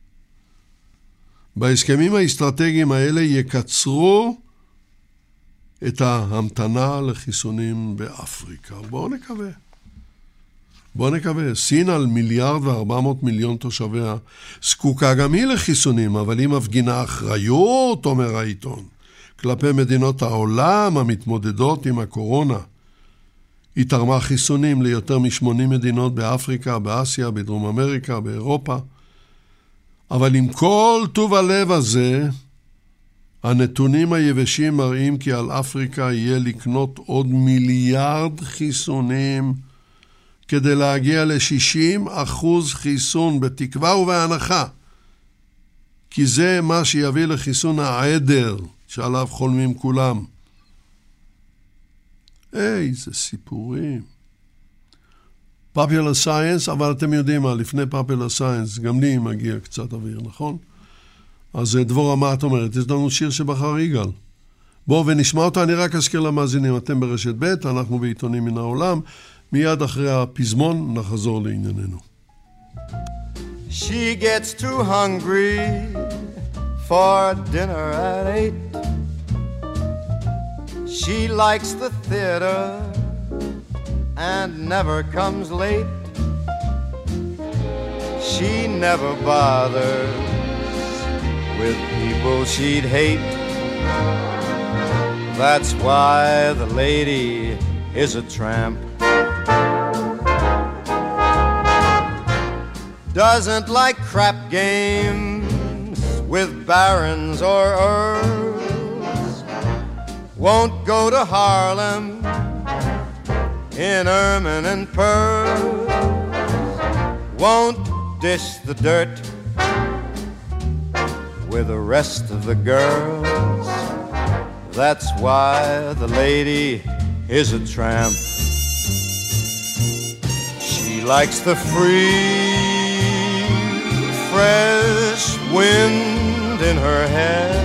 בהסכמים האסטרטגיים האלה יקצרו את ההמתנה לחיסונים באפריקה. בואו נקווה. בואו נקווה. סין על מיליארד וארבע מאות מיליון תושביה זקוקה גם היא לחיסונים, אבל היא מפגינה אחריות, אומר העיתון, כלפי מדינות העולם המתמודדות עם הקורונה. היא תרמה חיסונים ליותר מ-שמונים מדינות באפריקה, באסיה, בדרום אמריקה, באירופה. אבל עם כל טוב הלב הזה, הנתונים היבשים מראים כי על אפריקה יהיה לקנות עוד מיליארד חיסונים כדי להגיע ל-שישים אחוז חיסון בתקווה ובהנחה. כי זה מה שיביא לחיסון העדר שעליו חולמים כולם. איזה סיפורים. Popular Science, אבל אתם יודעים מה, לפני Popular Science, גם לי מגיע קצת אוויר, נכון? אז דבורה, מה את אומרת? יש לנו שיר שבחר יגאל. בואו ונשמע אותה, אני רק אזכיר למאזינים, אתם ברשת ב', אנחנו בעיתונים מן העולם, מיד אחרי הפזמון נחזור לענייננו. She gets too hungry for dinner at eight. She likes the theater and never comes late. She never bothers with people she'd hate. That's why the lady is a tramp. Doesn't like crap games with barons or earls. Won't go to Harlem in ermine and pearls. Won't dish the dirt with the rest of the girls. That's why the lady is a tramp. She likes the free, fresh wind in her hair,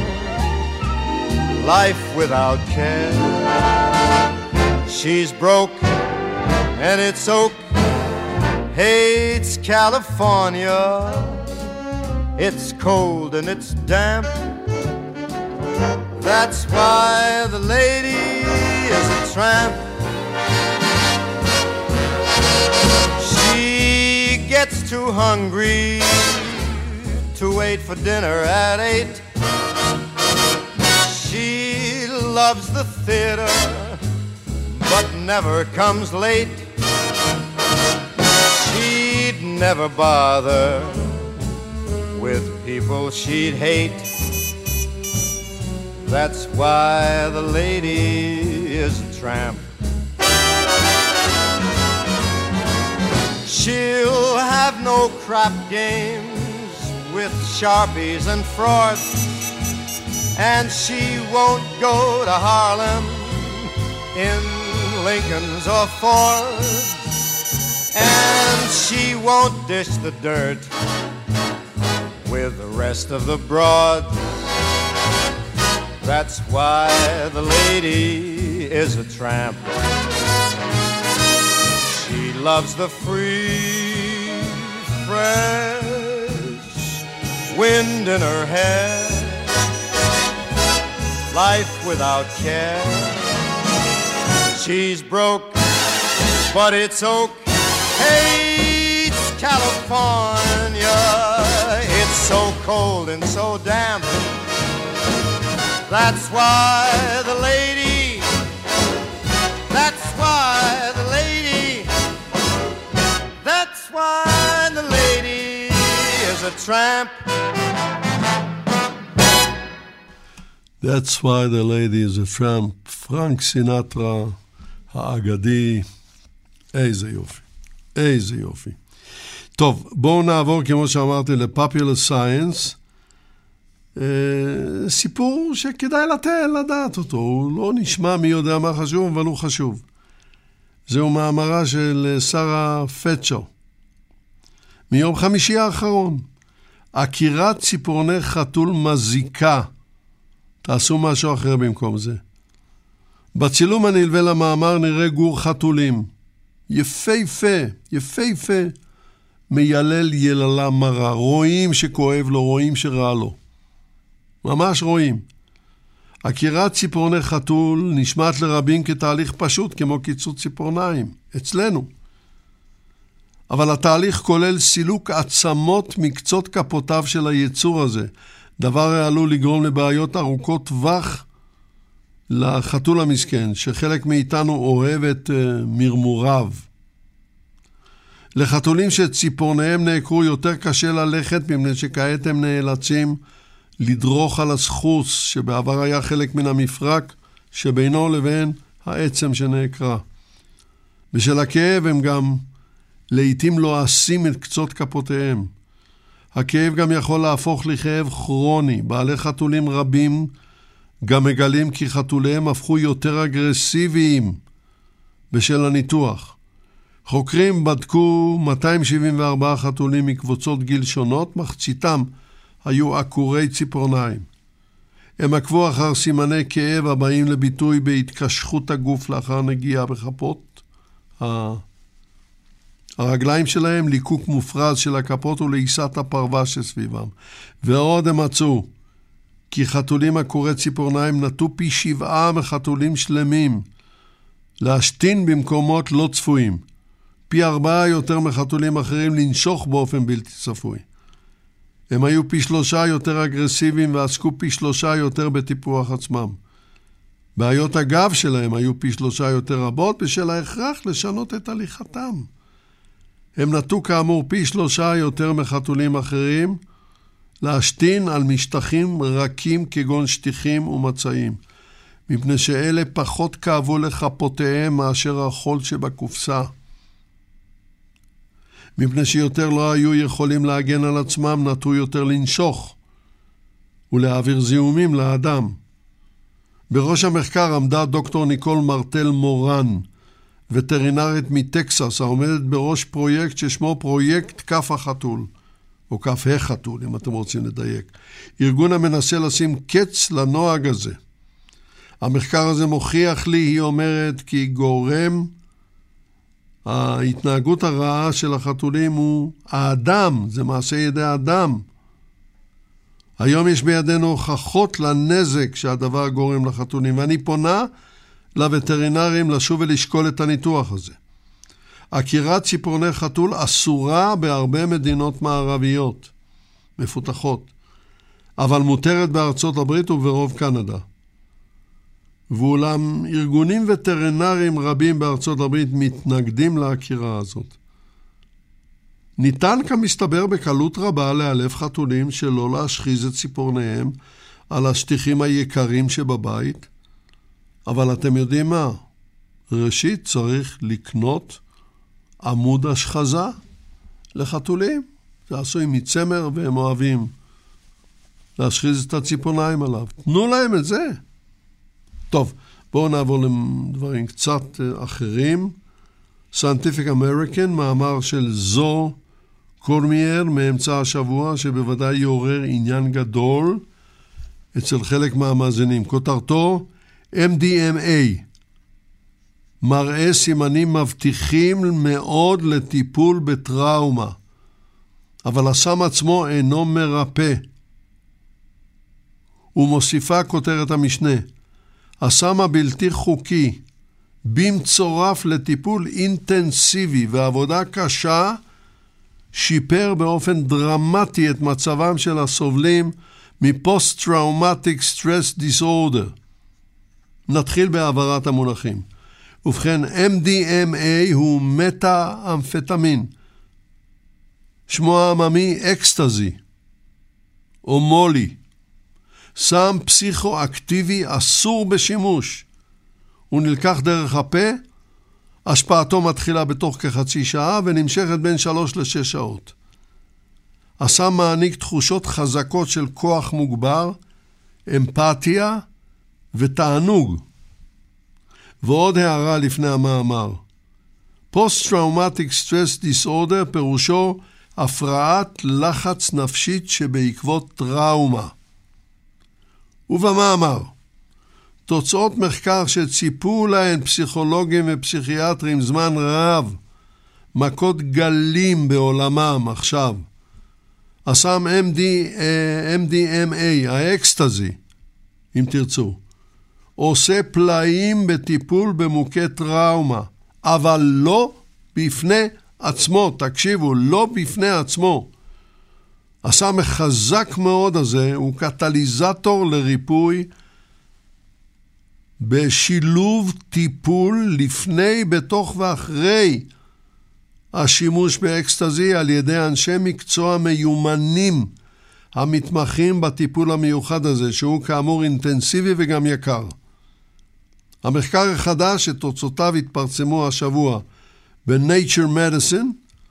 life without care. She's broke and it's oak, hates California. It's cold and it's damp. That's why the lady is a tramp. She gets too hungry to wait for dinner at eight. She loves the theater but never comes late. She'd never bother with people she'd hate. That's why the lady is a tramp. She'll have no crap games with Sharpies and frauds, and she won't go to Harlem in Lincolns or Fords, and she won't dish the dirt with the rest of the broads. That's why the lady is a tramp. She loves the free, fresh wind in her hair, life without care. She's broke, but it's oak, hates California. It's so cold and so damp. That's why the lady, that's why the lady, that's why the lady is a tramp. That's why the lady is a tramp. פרנק סינטרה האגדי. איזה יופי. איזה יופי. טוב, בואו נעבור, כמו שאמרתי, לפופולר סיינס. אה, סיפור שכדאי לתת, לדעת אותו. הוא לא נשמע מי יודע מה חשוב, אבל הוא חשוב. זהו מאמרה של שרה פצ'ר. מיום חמישי האחרון. עקירת ציפורני חתול מזיקה. תעשו משהו אחר במקום זה. בצילום הנלווה למאמר נראה גור חתולים. יפהפה, יפהפה. מיילל יללה מרה. רואים שכואב לו, רואים שרע לו. ממש רואים. עקירת ציפורני חתול נשמעת לרבים כתהליך פשוט, כמו קיצוץ ציפורניים. אצלנו. אבל התהליך כולל סילוק עצמות מקצות כפותיו של היצור הזה. דבר העלול לגרום לבעיות ארוכות טווח לחתול המסכן, שחלק מאיתנו אוהב את uh, מרמוריו. לחתולים שציפורניהם נעקרו יותר קשה ללכת, מפני שכעת הם נאלצים לדרוך על הסחוס, שבעבר היה חלק מן המפרק שבינו לבין העצם שנעקרה. בשל הכאב הם גם לעתים לועסים את קצות כפותיהם. הכאב גם יכול להפוך לכאב כרוני. בעלי חתולים רבים גם מגלים כי חתוליהם הפכו יותר אגרסיביים בשל הניתוח. חוקרים בדקו מאתיים שבעים וארבעה חתולים מקבוצות גיל שונות, מחציתם היו עקורי ציפורניים. הם עקבו אחר סימני כאב הבאים לביטוי בהתקשחות הגוף לאחר נגיעה בכפות. הרגליים שלהם ליקוק מופרז של הכפות ולעיסת הפרווה שסביבם. ועוד הם מצאו כי חתולים עקורי ציפורניים נטו פי שבעה מחתולים שלמים להשתין במקומות לא צפויים. פי ארבעה יותר מחתולים אחרים לנשוך באופן בלתי צפוי. הם היו פי שלושה יותר אגרסיביים ועסקו פי שלושה יותר בטיפוח עצמם. בעיות הגב שלהם היו פי שלושה יותר רבות בשל ההכרח לשנות את הליכתם. הם נטו כאמור פי שלושה יותר מחתולים אחרים להשתין על משטחים רכים כגון שטיחים ומצעים, מפני שאלה פחות כאבו לכפותיהם מאשר החול שבקופסה. מפני שיותר לא היו יכולים להגן על עצמם, נטו יותר לנשוך ולהעביר זיהומים לאדם. בראש המחקר עמדה דוקטור ניקול מרטל מורן, וטרינרית מטקסס, העומדת בראש פרויקט ששמו פרויקט כף החתול, או כף החתול, אם אתם רוצים לדייק. ארגון המנסה לשים קץ לנוהג הזה. המחקר הזה מוכיח לי, היא אומרת, כי גורם ההתנהגות הרעה של החתולים הוא האדם, זה מעשה ידי האדם. היום יש בידינו הוכחות לנזק שהדבר גורם לחתולים, ואני פונה לווטרינרים לשוב ולשקול את הניתוח הזה. עקירת ציפורני חתול אסורה בהרבה מדינות מערביות מפותחות, אבל מותרת בארצות הברית וברוב קנדה. ואולם ארגונים וטרינרים רבים בארצות הברית מתנגדים לעקירה הזאת. ניתן כמסתבר בקלות רבה לאלף חתולים שלא להשחיז את ציפורניהם על השטיחים היקרים שבבית, אבל אתם יודעים מה? ראשית צריך לקנות עמוד השחזה לחתולים. זה עשוי מצמר והם אוהבים להשחיז את הציפורניים עליו. תנו להם את זה. טוב, בואו נעבור לדברים קצת אחרים. Scientific American, מאמר של זו קורמייר מאמצע השבוע, שבוודאי יעורר עניין גדול אצל חלק מהמאזינים. כותרתו אם די אם איי, מראה סימנים מבטיחים מאוד לטיפול בטראומה, אבל הסם עצמו אינו מרפא. ומוסיפה כותרת המשנה, הסם הבלתי חוקי במצורף לטיפול אינטנסיבי ועבודה קשה שיפר באופן דרמטי את מצבם של הסובלים מפוסט-טראומטיק סטרס דיסאורדר. נתחיל בהעברת המונחים. ובכן, אם די אם איי הוא מטה-אמפטמין. שמו העממי אקסטזי או מולי. סם פסיכואקטיבי אסור בשימוש. הוא נלקח דרך הפה, השפעתו מתחילה בתוך כחצי שעה ונמשכת בין שלוש לשש שעות. הסם מעניק תחושות חזקות של כוח מוגבר, אמפתיה ותענוג. ועוד הערה לפני המאמר. Post-Traumatic Stress Disorder פירושו הפרעת לחץ נפשית שבעקבות טראומה. ובמאמר, תוצאות מחקר שציפו להן פסיכולוגים ופסיכיאטרים זמן רב, מכות גלים בעולמם עכשיו. הסם אם די אם איי, האקסטזי, אם תרצו, עושה פלאים בטיפול במוכי טראומה, אבל לא בפני עצמו, תקשיבו, לא בפני עצמו. הסם החזק מאוד הזה הוא קטליזטור לריפוי בשילוב טיפול לפני, בתוך ואחרי השימוש באקסטזי על ידי אנשי מקצוע מיומנים המתמחים בטיפול המיוחד הזה, שהוא כאמור אינטנסיבי וגם יקר. המחקר החדש שתוצאותיו התפרסמו השבוע ב-Nature Medicine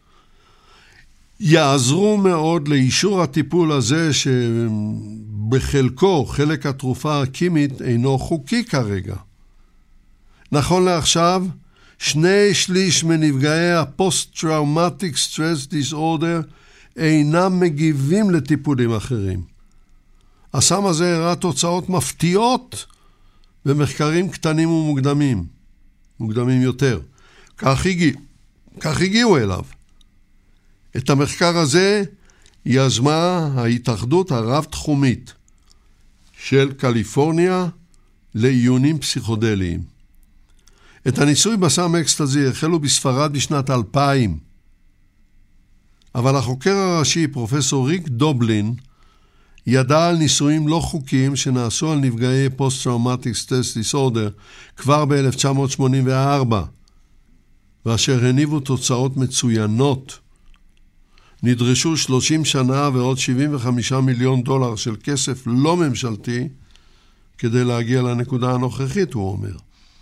יעזרו מאוד לאישור הטיפול הזה שבחלקו, חלק התרופה הקימית אינו חוקי כרגע. נכון לעכשיו, שני שליש מנפגעי הפוסט-טראומטיק סטרס דיסאורדר אינם מגיבים לטיפולים אחרים. הסם הזה הראה תוצאות מפתיעות במחקרים קטנים ומוקדמים, מוקדמים יותר. כך הגיע, כך הגיעו אליו. את המחקר הזה יזמה ההתאחדות הרב-תחומית של קליפורניה לעיונים פסיכודליים. את הניסוי בסם אקסטזי החלו בספרד בשנת אלפיים, אבל החוקר הראשי, פרופסור ריק דובלין, ידע על ניסויים לא חוקיים שנעשו על נפגעי פוסט-טראומטיק סטרס דיסאורדר כבר ב-אלף תשע מאות שמונים וארבע, ואשר הניבו תוצאות מצוינות. נדרשו שלושים שנה ועוד שבעים וחמישה מיליון דולר של כסף לא ממשלתי כדי להגיע לנקודה הנוכחית, הוא אומר.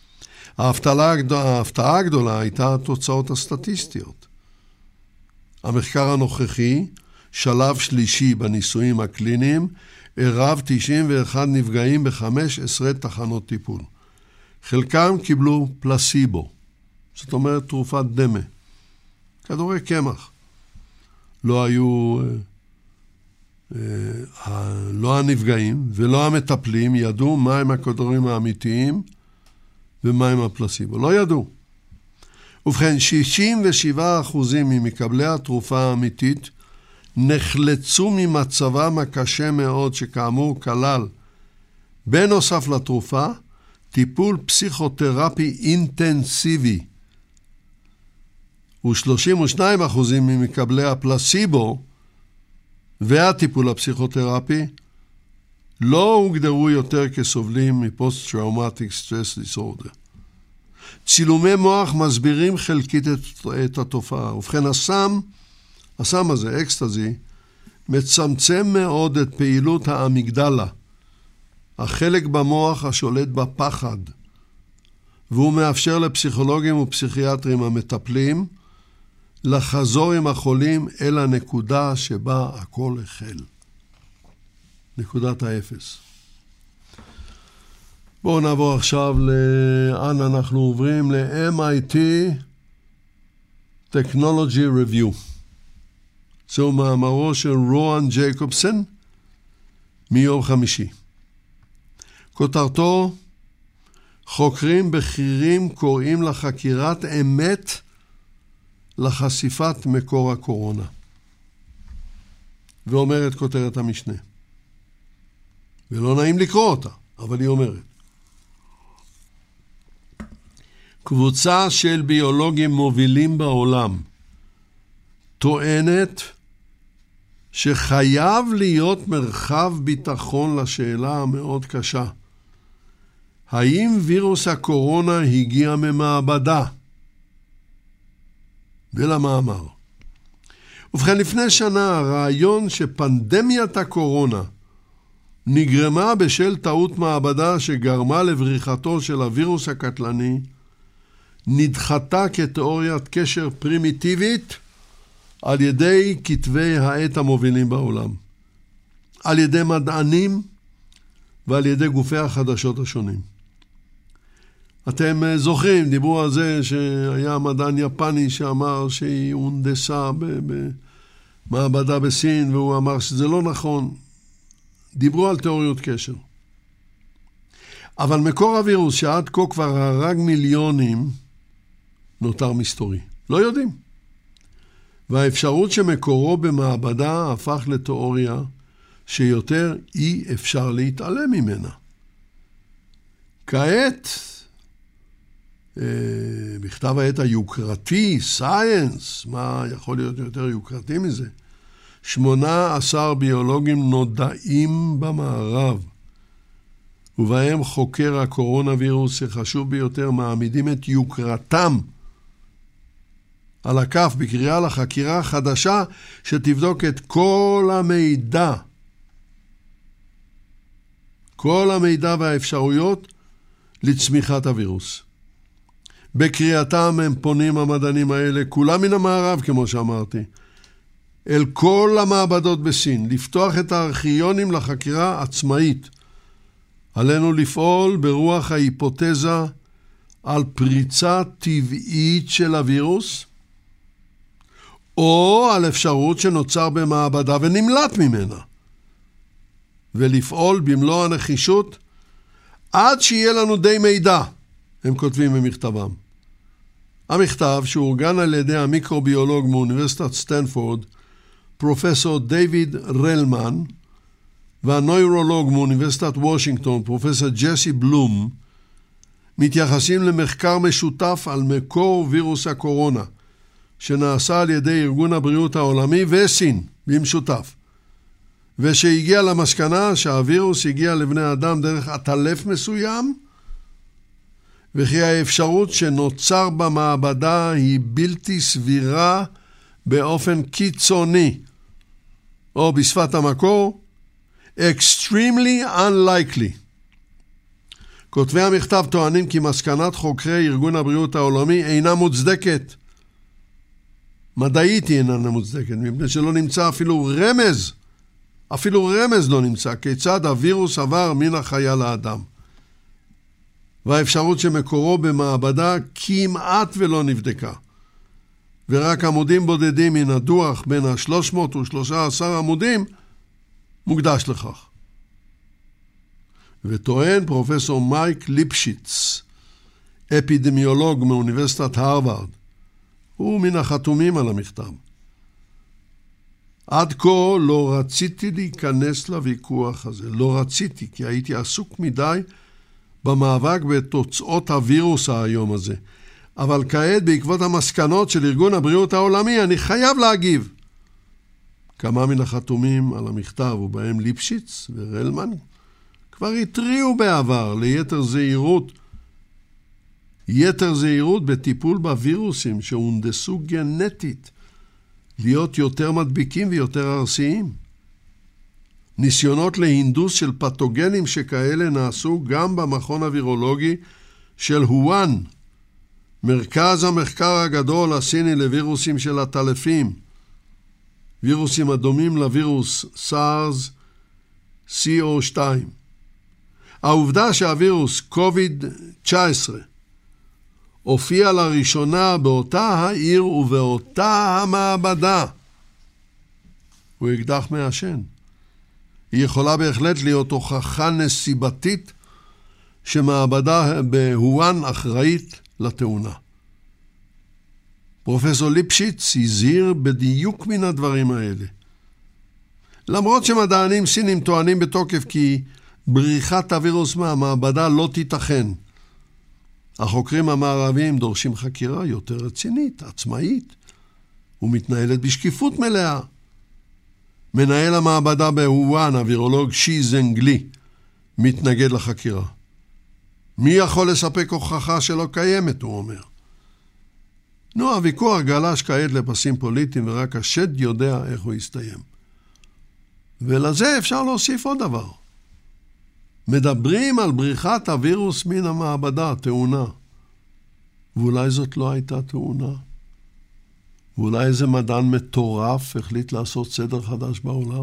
ההפתעה הגדולה הייתה התוצאות הסטטיסטיות. המחקר הנוכחי, שלב שלישי בניסויים הקליניים, ערב תשעים ואחד נפגעים ב-חמש עשרה תחנות טיפול. חלקם קיבלו פלסיבו, זאת אומרת תרופת דמה, כדורי קמח. לא היו, אה, אה, לא הנפגעים ולא המטפלים ידעו מהם הכדורים האמיתיים ומהם הפלסיבו. לא ידעו. ובכן, שישים ושבעה אחוזים ממקבלי התרופה האמיתית נחלצו ממצבם הקשה מאוד, שכאמור כלל, בנוסף לתרופה, טיפול פסיכותרפי אינטנסיבי. ו-שלושים ושניים אחוזים ממקבלי הפלסיבו והטיפול הפסיכותרפי לא הוגדרו יותר כסובלים מפוסט-טראומטיק סטרס דיסאורדר. צילומי מוח מסבירים חלקית את, את התופעה. ובכן, הסם, הסם הזה, אקסטזי, מצמצם מאוד את פעילות האמיגדלה, החלק במוח השולט בפחד, והוא מאפשר לפסיכולוגים ופסיכיאטרים המטפלים לחזור עם החולים אל הנקודה שבה הכל החל. נקודת האפס. בואו נעבור עכשיו לאן אנחנו עוברים, ל-אם איי טי Technology Review. זהו מאמרו של רואן ג'ייקובסון מיום חמישי. כותרתו, חוקרים בכירים קוראים לחקירת אמת לחשיפת מקור הקורונה. ואומרת כותרת המשנה. ולא נעים לקרוא אותה, אבל היא אומרת. קבוצה של ביולוגים מובילים בעולם טוענת שחייב להיות מרחב ביטחון לשאלה המאוד קשה. האם וירוס הקורונה הגיע ממעבדה? ולמאמר. ובכן, לפני שנה הרעיון שפנדמיית הקורונה נגרמה בשל טעות מעבדה שגרמה לבריחתו של הווירוס הקטלני, נדחתה כתיאוריית קשר פרימיטיבית על ידי כתבי העת המובילים בעולם, על ידי מדענים ועל ידי גופי החדשות השונים. אתם זוכרים, דיברו על זה שהיה מדען יפני שאמר שהיא הונדסה במעבדה בסין, והוא אמר שזה לא נכון. דיברו על תיאוריות קשר. אבל מקור הווירוס שעד כה כבר הרג מיליונים נותר מסתורי. לא יודעים. והאפשרות שמקורו במעבדה הפך לתיאוריה שיותר אי אפשר להתעלם ממנה. כעת, בכתב העת היוקרתי, סייאנס, מה יכול להיות יותר יוקרתי מזה? שמונה עשר ביולוגים נודעים במערב, ובהם חוקר הקורונה וירוס שחשוב ביותר, מעמידים את יוקרתם על הכף בקריאה לחקירה חדשה שתבדוק את כל המידע, כל המידע והאפשרויות לצמיחת הווירוס. בקריאתם הם פונים המדענים האלה, כולם מן המערב כמו שאמרתי, אל כל המעבדות בסין, לפתוח את הארכיונים לחקירה עצמאית. עלינו לפעול ברוח ההיפותזה על פריצה טבעית של הווירוס, או על אפשרות שנוצר במעבדה ונמלט ממנה, ולפעול במלוא הנחישות עד שיהיה לנו די מידע, הם כותבים במכתבם. המכתב שאורגן על ידי המיקרוביולוג מאוניברסיטת סטנפורד, פרופסור דיוויד רלמן, והנוירולוג מאוניברסיטת וושינגטון, פרופסור ג'סי בלום, מתייחסים למחקר משותף על מקור וירוס הקורונה, שנעשה על ידי ארגון הבריאות העולמי וסין, במשותף, ושהגיע למסקנה שהווירוס הגיע לבני אדם דרך עטלף מסוים, וכי האפשרות שנוצר במעבדה היא בלתי סבירה באופן קיצוני, או בשפת המקור, extremely unlikely. כותבי המכתב טוענים כי מסקנת חוקרי ארגון הבריאות העולמי אינה מוצדקת. מדעית היא אינה מוצדקת, מפני שלא נמצא אפילו רמז, אפילו רמז לא נמצא, כיצד הווירוס עבר מן החיה לאדם. והאפשרות שמקורו במעבדה כמעט ולא נבדקה. ורק עמודים בודדים מן הדוח בין ה-שלוש מאות ושלושה עשר עמודים מוקדש לכך. וטוען פרופסור מייק ליפשיץ, אפידמיולוג מאוניברסיטת הרווארד, הוא מן החתומים על המכתב. עד כה לא רציתי להיכנס לוויכוח הזה, לא רציתי, כי הייתי עסוק מדי במאבק בתוצאות הווירוס היום הזה. אבל כעת, בעקבות המסקנות של ארגון הבריאות העולמי, אני חייב להגיב. כמה מן החתומים על המכתב, ובהם ליפשיץ ורלמן, כבר התריעו בעבר ליתר זהירות, יתר זהירות בטיפול בווירוסים שהונדסו גנטית, להיות יותר מדביקים ויותר ארסיים. ניסיונות להינדוס של פתוגנים שכאלה נעשו גם במכון הווירולוגי של הואן, מרכז המחקר הגדול הסיני לווירוסים של הטלפים, וירוסים הדומים לווירוס סארס סי או שתיים. העובדה שהווירוס קוביד תשע עשרה הופיע לראשונה באותה העיר ובאותה המעבדה, הוא אקדח מעשן. היא יכולה בהחלט להיות הוכחה נסיבתית שמעבדה בהואן אחראית לתאונה. פרופסור ליפשיץ הזהיר בדיוק מן הדברים האלה. למרות שמדענים סינים טוענים בתוקף כי בריחת הווירוס מהמעבדה לא תיתכן, החוקרים המערביים דורשים חקירה יותר רצינית, עצמאית, ומתנהלת בשקיפות מלאה. מנהל המעבדה בהואן, הווירולוג שי זנגלי, מתנגד לחקירה. מי יכול לספק הוכחה שלא קיימת, הוא אומר. נו, הוויכוח גלש כעת לפסים פוליטיים, ורק השד יודע איך הוא יסתיים. ולזה אפשר להוסיף עוד דבר. מדברים על בריחת הווירוס מן המעבדה, תאונה. ואולי זאת לא הייתה תאונה. ואולי איזה מדען מטורף החליט לעשות סדר חדש בעולם.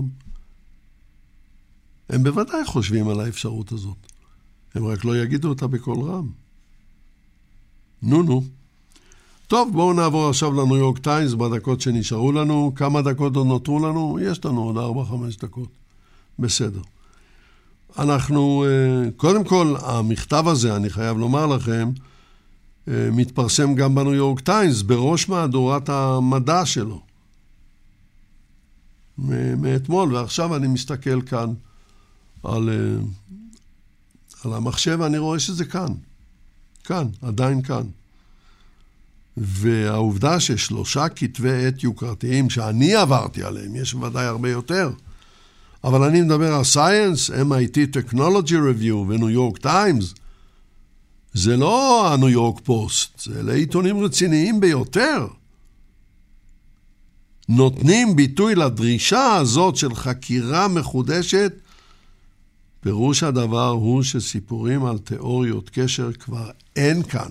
הם בוודאי חושבים על האפשרות הזאת. הם רק לא יגידו אותה בקול רם. נו נו. טוב, בואו נעבור עכשיו לניו יורק טיימס בדקות שנשארו לנו. כמה דקות עוד נותרו לנו? יש לנו עוד ארבע חמש דקות. בסדר. אנחנו, קודם כל, המכתב הזה, אני חייב לומר לכם, מתפרסם גם בניו יורק טיימס, בראש מהדורת המדע שלו. מאתמול, ועכשיו אני מסתכל כאן על, על המחשב, ואני רואה שזה כאן. כאן, עדיין כאן. והעובדה ששלושה כתבי עת יוקרתיים שאני עברתי עליהם, יש ודאי הרבה יותר, אבל אני מדבר על Science, אם איי טי Technology Review וניו יורק טיימס, זה לא הניו יורק פוסט, זה לעיתונים רציניים ביותר. נותנים ביטוי לדרישה הזאת של חקירה מחודשת, פירוש הדבר הוא שסיפורים על תיאוריות קשר כבר אין כאן.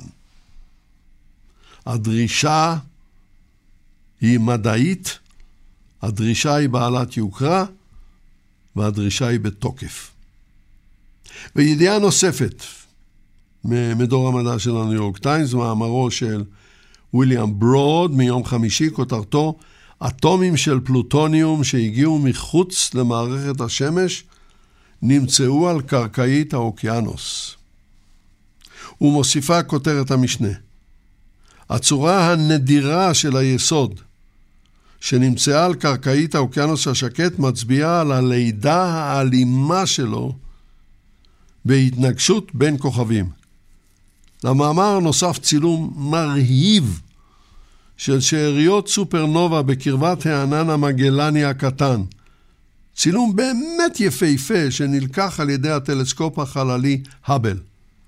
הדרישה היא מדעית, הדרישה היא בעלת יוקרה, והדרישה היא בתוקף. וידיעה נוספת מדור המדע של הניו יורק טיימס, מאמרו של וויליאם ברוד מיום חמישי, כותרתו אטומים של פלוטוניום שהגיעו מחוץ למערכת השמש נמצאו על קרקעית האוקיינוס. ומוסיפה כותרת המשנה, הצורה הנדירה של היסוד שנמצאה על קרקעית האוקיינוס השקט מצביעה על הלידה האלימה שלו בהתנגשות בין כוכבים. למאמר נוסף צילום מרהיב של שאריות סופרנובה בקרבת הענן המגלני הקטן. צילום באמת יפהפה שנלקח על ידי הטלסקופ החללי האבל.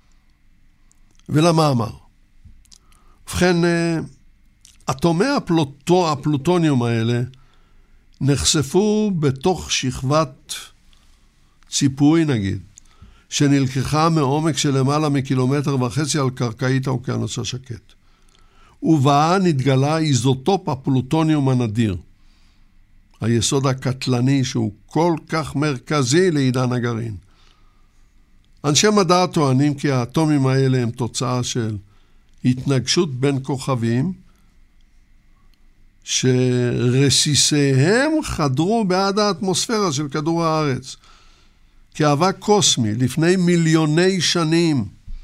ולמאמר. ובכן, אטומי הפלוטו, הפלוטוניום האלה נחשפו בתוך שכבת ציפוי נגיד, שנלקחה מעומק של למעלה מקילומטר וחצי על קרקעית האוקיינוס השקט. ובה נתגלה איזוטופ הפלוטוניום הנדיר, היסוד הקטלני שהוא כל כך מרכזי לעידן הגרעין. אנשי מדע טוענים כי האטומים האלה הם תוצאה של התנגשות בין כוכבים, שרסיסיהם חדרו בעד האטמוספירה של כדור הארץ, כאבק קוסמי לפני מיליוני שנים.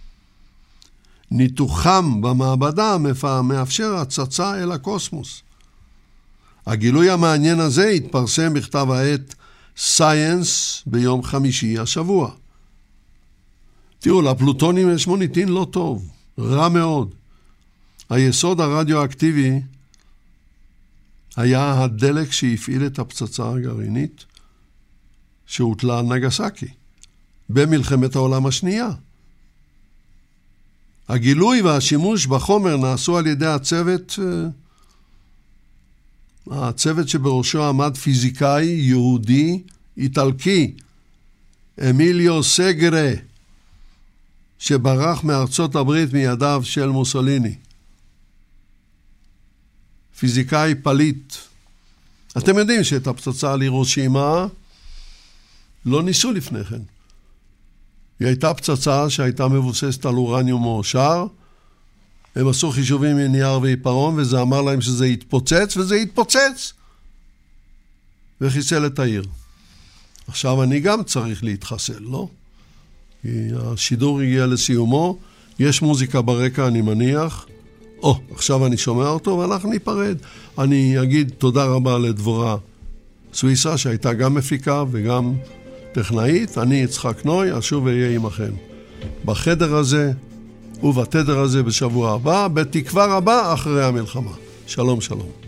ניתוחם במעבדה מאפשר הצצה אל הקוסמוס. הגילוי המעניין הזה התפרסם בכתב העת Science ביום חמישי השבוע. תראו, לפלוטונים יש מוניטין לא טוב, רע מאוד. היסוד הרדיואקטיבי היה הדלק שהפעיל את הפצצה הגרעינית שהוטלה על נגסקי במלחמת העולם השנייה. הגילוי והשימוש בחומר נעשו על ידי הצוות, הצוות שבראשו עמד פיזיקאי יהודי איטלקי, אמיליו סגרה, שברח מארצות הברית מידיו של מוסוליני. פיזיקאי פליט. אתם יודעים שאת הפצצה על הירושימה לא ניסו לפני כן. היא הייתה פצצה שהייתה מבוססת על אורניום מועשר. הם עשו חישובים מנייר ועיפרון, וזה אמר להם שזה יתפוצץ, וזה יתפוצץ. וחיסל את העיר. עכשיו אני גם צריך להתחסל, לא? כי השידור הגיע לסיומו, יש מוזיקה ברקע, אני מניח. או, עכשיו אני שומע אותו, ואנחנו ניפרד. אני אגיד תודה רבה לדבורה סוויסה, שהייתה גם מפיקה וגם טכנאית. אני יצחק נוי, אשוב ואהיה עמכם בחדר הזה ובתדר הזה בשבוע הבא, בתקווה רבה אחרי המלחמה. שלום שלום.